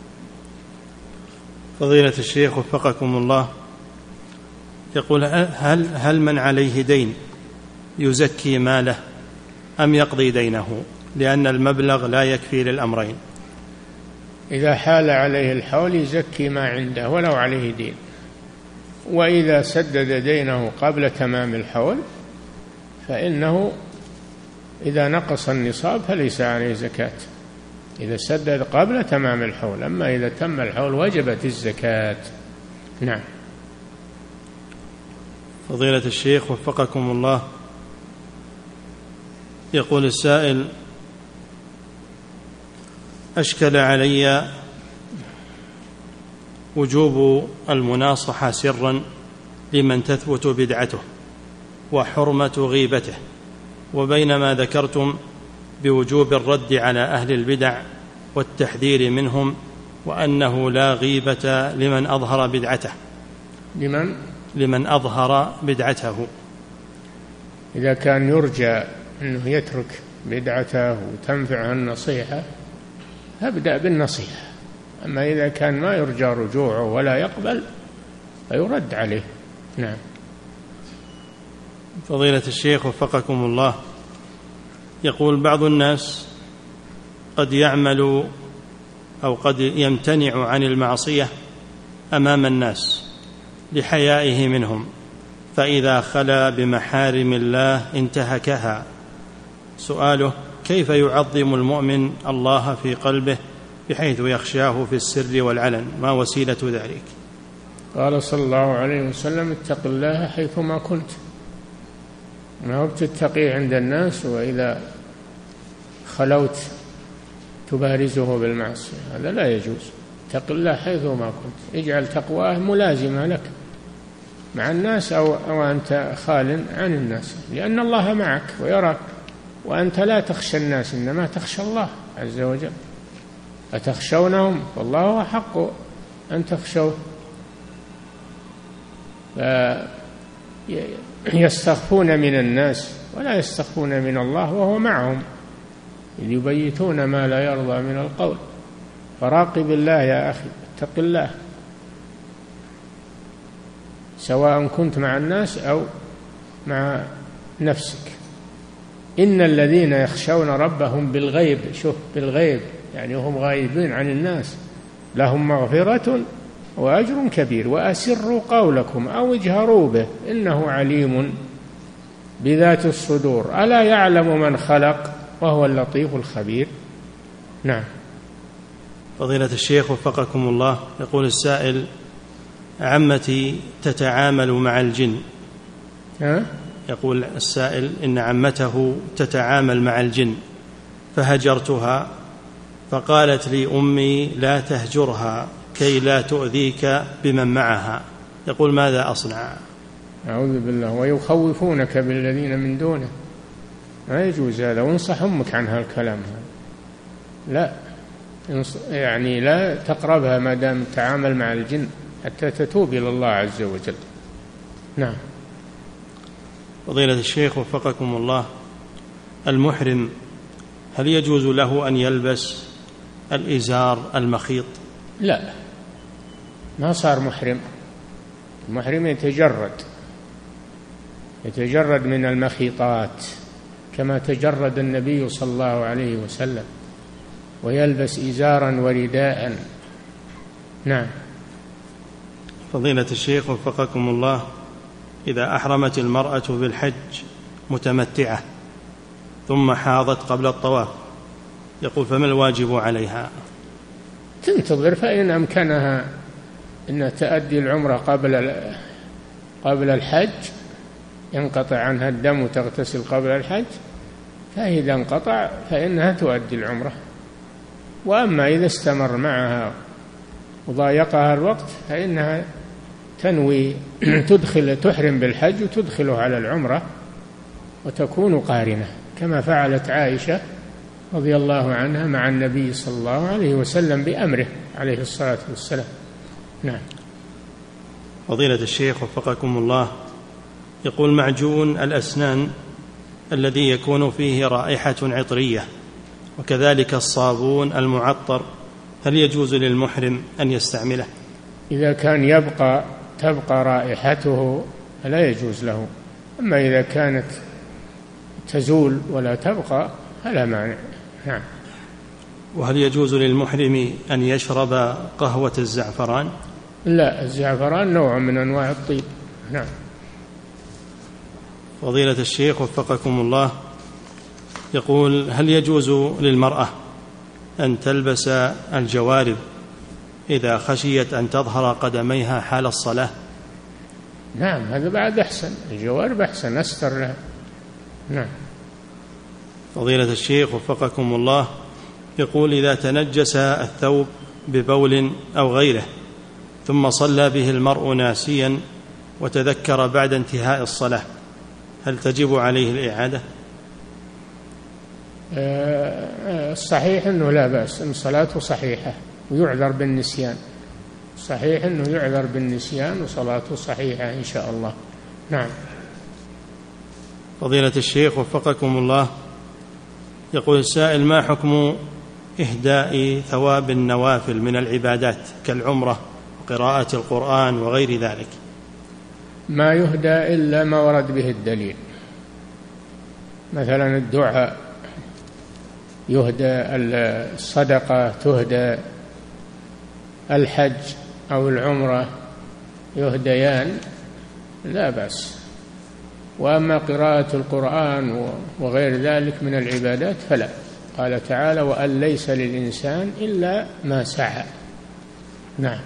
فضيلة الشيخ وفقكم الله، يقول: هل, هل من عليه دين يزكي ماله أم يقضي دينه، لأن المبلغ لا يكفي للأمرين؟
إذا حال عليه الحول يزكي ما عنده ولو عليه دين، وإذا سدد دينه قبل تمام الحول فإنه إذا نقص النصاب فليس عليه زكاة، إذا سدد قبل تمام الحول. أما إذا تم الحول وجبت الزكاة. نعم.
فضيلة الشيخ وفقكم الله، يقول السائل: أشكل علي وجوب المناصحة سرا لمن تثبت بدعته وحرمة غيبته، وبينما ذكرتم بوجوب الرد على أهل البدع والتحذير منهم، وأنه لا غيبة لمن أظهر بدعته
لمن
لمن أظهر بدعته.
إذا كان يرجى أنه يترك بدعته وتنفعه النصيحة فابدأ بالنصيحة. أما إذا كان ما يرجى رجوعه ولا يقبل فيرد عليه. نعم.
فضيلة الشيخ وفقكم الله، يقول: بعض الناس قد يعمل أو قد يمتنع عن المعصية أمام الناس لحيائه منهم، فإذا خلا بمحارم الله انتهكها. سؤاله: كيف يعظم المؤمن الله في قلبه بحيث يخشاه في السر والعلن؟ ما وسيلة ذلك؟
قال صلى الله عليه وسلم: اتق الله حيثما كنت. ما هو بتتقي عند الناس وإذا خلوت تبارزه بالمعصية، هذا لا يجوز. اتق الله حيثما كنت، اجعل تقواه ملازمة لك مع الناس أو, أو أنت خال عن الناس، لأن الله معك ويراك، وأنت لا تخشى الناس إنما تخشى الله عز وجل. أتخشونهم والله هو حق أن تخشوه. يستخفون من الناس ولا يستخفون من الله وهو معهم، إذ يبيتون ما لا يرضى من القول. فراقب الله يا أخي، اتق الله، سواء كنت مع الناس أو مع نفسك. إن الذين يخشون ربهم بالغيب، شوف بالغيب يعني هم غائبين عن الناس، لهم مغفرة وأجر كبير. وأسروا قولكم أو اجهروا به إنه عليم بذات الصدور، ألا يعلم من خلق وهو اللطيف الخبير. نعم.
فضيلة الشيخ وفقكم الله، يقول السائل: عمتي تتعامل مع الجن.
ها؟
يقول السائل إن عمته تتعامل مع الجن فهجرتها، فقالت لي أمي لا تهجرها كي لا تؤذيك بمن معها. يقول: ماذا أصنع؟
أعوذ بالله. ويخوفونك بالذين من دونه، ما يجوز هذا. وانصح أمك عن هالكلام هذا، لا يعني لا تقربها ما دام تعامل مع الجن حتى تتوب إلى الله عز وجل. نعم.
فضيلة الشيخ وفقكم الله، المحرم هل يجوز له أن يلبس الإزار المخيط؟
لا، ما صار محرم. المحرم يتجرد يتجرد من المخيطات كما تجرد النبي صلى الله عليه وسلم، ويلبس إزارا ورداء. نعم.
فضيلة الشيخ وفقكم الله، إذا أحرمت المرأة بالحج متمتعة ثم حاضت قبل الطواف، يقول فما الواجب عليها؟
تنتظر، فإن أمكنها أن تؤدي العمرة قبل قبل الحج، ينقطع عنها الدم وتغتسل قبل الحج، فإذا انقطع فإنها تؤدي العمرة. وأما إذا استمر معها وضايقها الوقت فإنها تنوي تدخل تحرم بالحج وتدخله على العمرة وتكون قارنة، كما فعلت عائشة رضي الله عنها مع النبي صلى الله عليه وسلم بأمره عليه الصلاة والسلام. نعم.
فضيلة الشيخ وفقكم الله، يقول معجون الأسنان الذي يكون فيه رائحة عطرية وكذلك الصابون المعطر، هل يجوز للمحرم أن يستعمله؟
إذا كان يبقى تبقى رائحته فلا يجوز له، أما إذا كانت تزول ولا تبقى فلا مانع. نعم.
وهل يجوز للمحرم أن يشرب قهوة الزعفران؟
لا، الزعفران نوع من أنواع الطيب. نعم.
فضيلة الشيخ وفقكم الله، يقول هل يجوز للمرأة أن تلبس الجوارب إذا خشيت أن تظهر قدميها حال الصلاة؟
نعم، هذا بعد أحسن، الجوارب أحسن أستر لها. نعم.
فضيلة الشيخ وفقكم الله، يقول إذا تنجس الثوب ببول أو غيره ثم صلى به المرء ناسيا وتذكر بعد انتهاء الصلاة، هل تجب عليه الإعادة؟
الصحيح أنه لا بأس، أن صلاته صحيحة ويعذر بالنسيان. صحيح أنه يعذر بالنسيان وصلاته صحيحة إن شاء الله. نعم.
فضيلة الشيخ وفقكم الله، يقول السائل ما حكم إهداء ثواب النوافل من العبادات كالعمرة وقراءة القرآن وغير ذلك؟
ما يهدى إلا ما ورد به الدليل، مثلا الدعاء يهدى، الصدقة تهدى، الحج أو العمرة يهديان لا بأس. وأما قراءة القرآن وغير ذلك من العبادات فلا. قال تعالى وأن ليس للإنسان إلا ما سعى. نعم.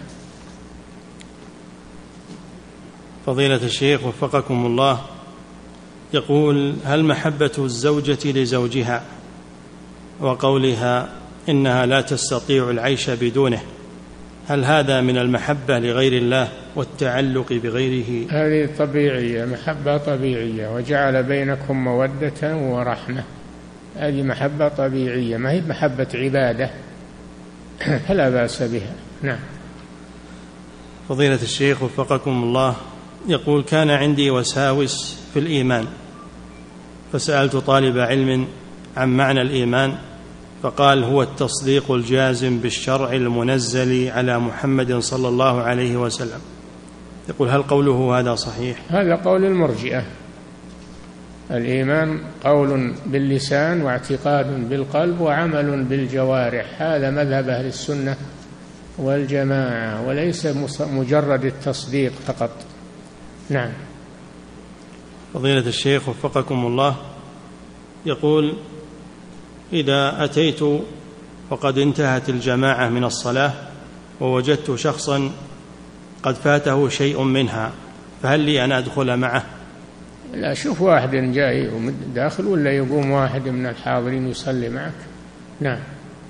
فضيلة الشيخ وفقكم الله، يقول هل محبة الزوجة لزوجها وقولها إنها لا تستطيع العيش بدونه، هل هذا من المحبة لغير الله والتعلق بغيره؟
هذه طبيعية، محبة طبيعية، وجعل بينكم مودة ورحمة، هذه محبة طبيعية، ما هي محبة عبادة، فلا بأس بها. نعم.
فضيلة الشيخ وفقكم الله، يقول كان عندي وساوس في الإيمان فسألت طالب علم عن معنى الإيمان فقال هو التصديق الجازم بالشرع المنزل على محمد صلى الله عليه وسلم. يقول هل قوله هذا صحيح؟
هذا قول المرجئة. الإيمان قول باللسان واعتقاد بالقلب وعمل بالجوارح، هذا مذهب أهل السنة والجماعة، وليس مجرد التصديق فقط. نعم.
فضيلة الشيخ وفقكم الله، يقول إذا أتيت وقد انتهت الجماعة من الصلاة ووجدت شخصا قد فاته شيء منها، فهل لي أن أدخل معه؟
لا، شوف واحد جاي داخل ولا يقوم واحد من الحاضرين يصلي معك. نعم.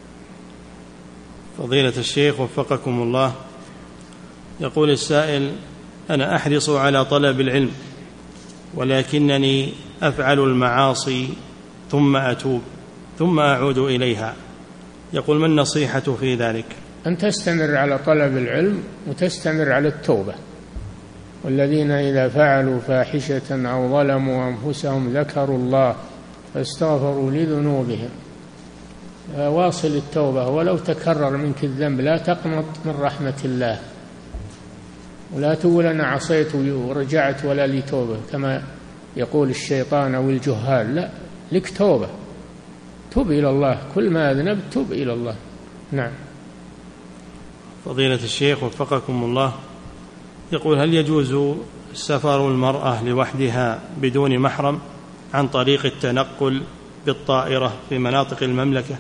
فضيلة الشيخ وفقكم الله، يقول السائل أنا أحرص على طلب العلم ولكنني أفعل المعاصي ثم أتوب ثم أعود إليها، يقول ما النصيحة في ذلك؟
أن تستمر على طلب العلم وتستمر على التوبة، والذين إذا فعلوا فاحشة أو ظلموا أنفسهم ذكروا الله فاستغفروا لذنوبهم. واصل التوبة ولو تكرر منك الذنب، لا تقنط من رحمة الله، ولا تقول أنا عصيت ورجعت ولا لي توبة كما يقول الشيطان أو الجهال، لا، لك توبة، توب إلى الله، كل ما أذنبت توب إلى الله. نعم.
فضيلة الشيخ وفقكم الله، يقول هل يجوز سفر المرأة لوحدها بدون محرم عن طريق التنقل بالطائرة في مناطق المملكة؟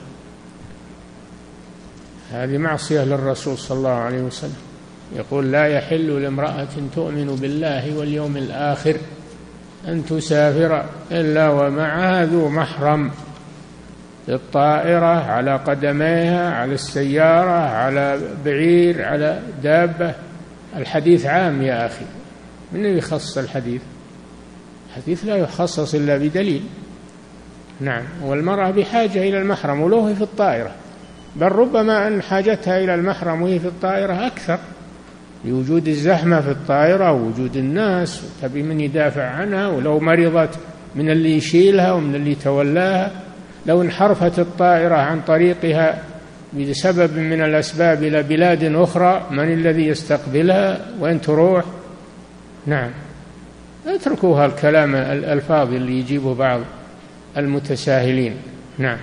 هذه معصية للرسول صلى الله عليه وسلم، يقول: لا يحل لامرأة تؤمن بالله واليوم الآخر أن تسافر إلا ومعها ذو محرم، الطائرة، على قدميها، على السيارة، على بعير، على دابة. الحديث عام يا أخي، من يخص الحديث؟ الحديث لا يخصص إلا بدليل. نعم، والمرأة بحاجة إلى المحرم ولو في الطائرة، بل ربما أن حاجتها إلى المحرم وهي في الطائرة أكثر لوجود الزحمة في الطائرة ووجود الناس، تبي من يدافع عنها، ولو مرضت من اللي يشيلها ومن اللي تولاها. لو انحرفت الطائرة عن طريقها بسبب من الأسباب إلى بلاد أخرى، من الذي يستقبلها؟ وين تروح؟ نعم، اتركوها الكلام الفاضي اللي يجيبه بعض المتساهلين. نعم.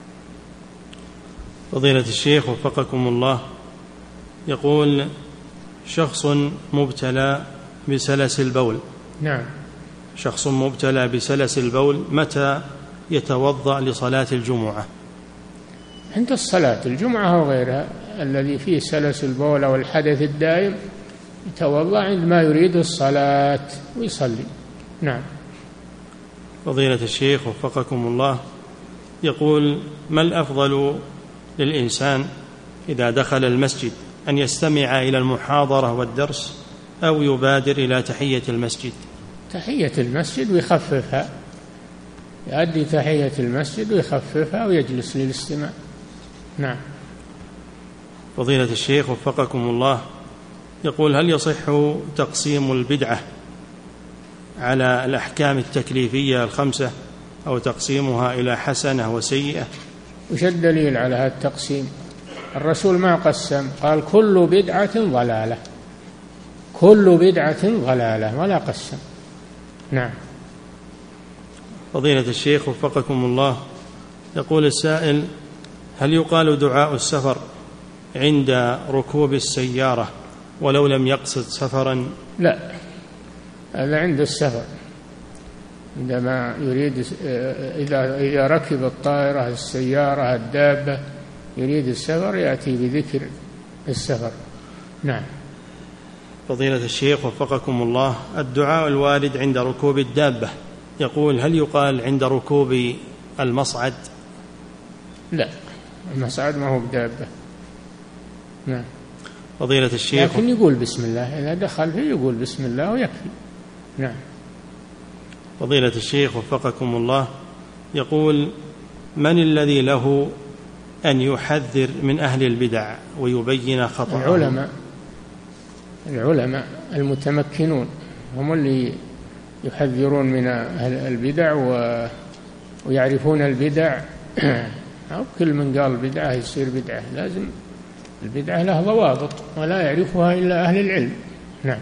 فضيلة الشيخ وفقكم الله، يقول: شخص مبتلى بسلس البول.
نعم.
شخص مبتلى بسلس البول، متى يتوضأ لصلاة الجمعة؟
عند الصلاة الجمعة وغيرها. الذي فيه سلس البول أو الحدث الدائم يتوضأ عندما يريد الصلاة ويصلي. نعم.
فضيلة الشيخ وفقكم الله، يقول: ما الأفضل للإنسان إذا دخل المسجد، أن يستمع إلى المحاضرة والدرس أو يبادر إلى تحية المسجد؟
تحية المسجد ويخففها، يؤدي تحية المسجد ويخففها ويجلس للاستماع. نعم.
فضيلة الشيخ وفقكم الله، يقول: هل يصح تقسيم البدعة على الأحكام التكليفية الخمسة أو تقسيمها إلى حسنة وسيئة؟
وش الدليل على هذا التقسيم؟ الرسول ما قسم، قال: كل بدعة ضلالة، كل بدعة ضلالة، ولا قسم. نعم.
فضيلة الشيخ وفقكم الله، يقول السائل: هل يقال دعاء السفر عند ركوب السيارة ولو لم يقصد سفرا؟
لا، هذا عند السفر، عندما يريد، إذا إذا ركب الطائرة، السيارة، الدابة، يريد السفر، يأتي بذكر السفر. نعم.
فضيلة الشيخ وفقكم الله، الدعاء الوارد عند ركوب الدابة، يقول: هل يقال عند ركوب المصعد؟
لا، المصعد ما هو بدابة. نعم.
فضيلة الشيخ،
لكن يقول بسم الله، إذا دخل فيه يقول بسم الله ويكفي. نعم.
فضيلة الشيخ وفقكم الله، يقول: من الذي له أن يحذر من أهل البدع ويبين خطأهم؟
العلماء، العلماء المتمكنون هم اللي يحذرون من أهل البدع ويعرفون البدع. أو كل من قال بدعة يصير بدعة، لازم البدعة لها ضوابط ولا يعرفها إلا أهل العلم. نعم.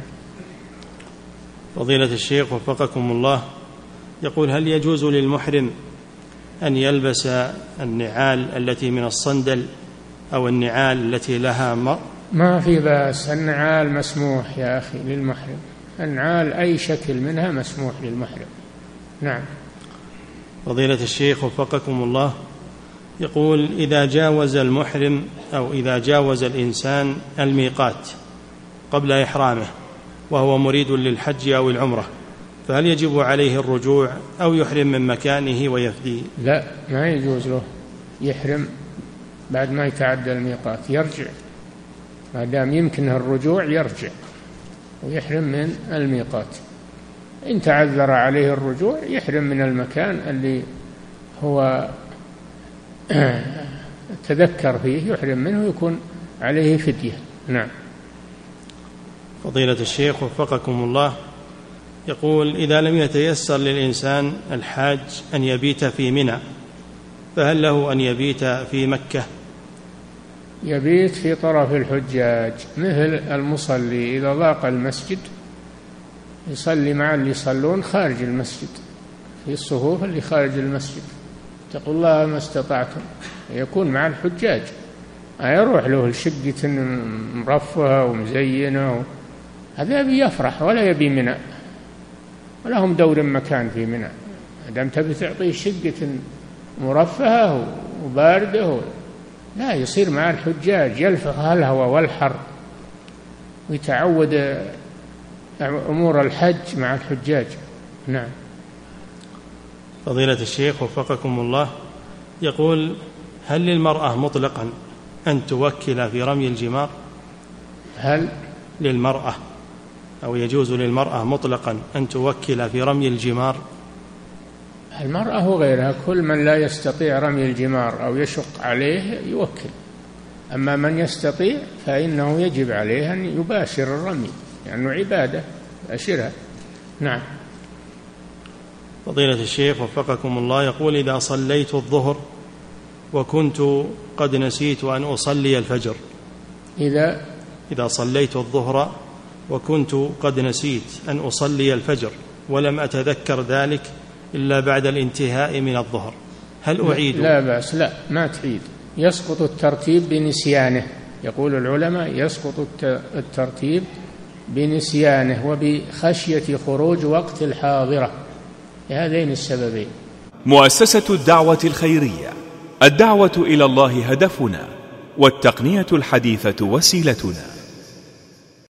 فضيلة الشيخ وفقكم الله، يقول: هل يجوز للمحرم أن يلبس النعال التي من الصندل أو النعال التي لها مر؟
ما في بأس، النعال مسموح يا أخي للمحرم، النعال أي شكل منها مسموح للمحرم. نعم.
فضيلة الشيخ وفقكم الله، يقول: إذا جاوز المحرم أو إذا جاوز الإنسان الميقات قبل إحرامه وهو مريد للحج أو العمرة، فهل يجب عليه الرجوع أو يحرم من مكانه ويفدي؟
لا، ما يجوز له يحرم بعد ما يتعدى الميقات، يرجع ما دام يمكنه الرجوع، يرجع ويحرم من الميقات. إن تعذر عليه الرجوع يحرم من المكان اللي هو تذكر فيه، يحرم منه، يكون عليه فدية. نعم.
فضيلة الشيخ وفقكم الله، يقول: إذا لم يتيسر للإنسان الحاج أن يبيت في منى، فهل له أن يبيت في مكة؟
يبيت في طرف الحجاج، مثل المصلي إذا ضاق المسجد يصلي مع اللي يصلون خارج المسجد، في الصفوف اللي خارج المسجد، اتقوا الله ما استطعتم، يكون مع الحجاج، يروح له الشقة مرفهة ومزينة، هذا يبي يفرح ولا يبي منى. ولهم دور مكان في منى. ما دام تبي تعطيه شقة مرفهة وباردة لا، يصير مع الحجاج يلفظ الهواء والحر ويتعود أمور الحج مع الحجاج. نعم.
فضيلة الشيخ وفقكم الله، يقول: هل للمرأة مطلقا أن توكل في رمي الجمار؟
هل
للمرأة أو يجوز للمرأة مطلقا أن توكل في رمي الجمار؟
المرأة وغيرها، كل من لا يستطيع رمي الجمار أو يشق عليه يوكل، أما من يستطيع فإنه يجب عليه أن يباشر الرمي لأنه يعني عبادة يباشرها. نعم.
فضيلة الشيخ وفقكم الله، يقول: إذا صليت الظهر وكنت قد نسيت أن أصلي الفجر.
إذا
إذا صليت الظهر وكنت قد نسيت أن أصلي الفجر ولم أتذكر ذلك إلا بعد الانتهاء من الظهر، هل أعيد؟
لا بأس، لا ما تعيد، يسقط الترتيب بنسيانه. يقول العلماء: يسقط الترتيب بنسيانه وبخشية خروج وقت الحاضرة، لهذين السببين.
مؤسسة الدعوة الخيرية، الدعوة إلى الله هدفنا، والتقنية الحديثة وسيلتنا.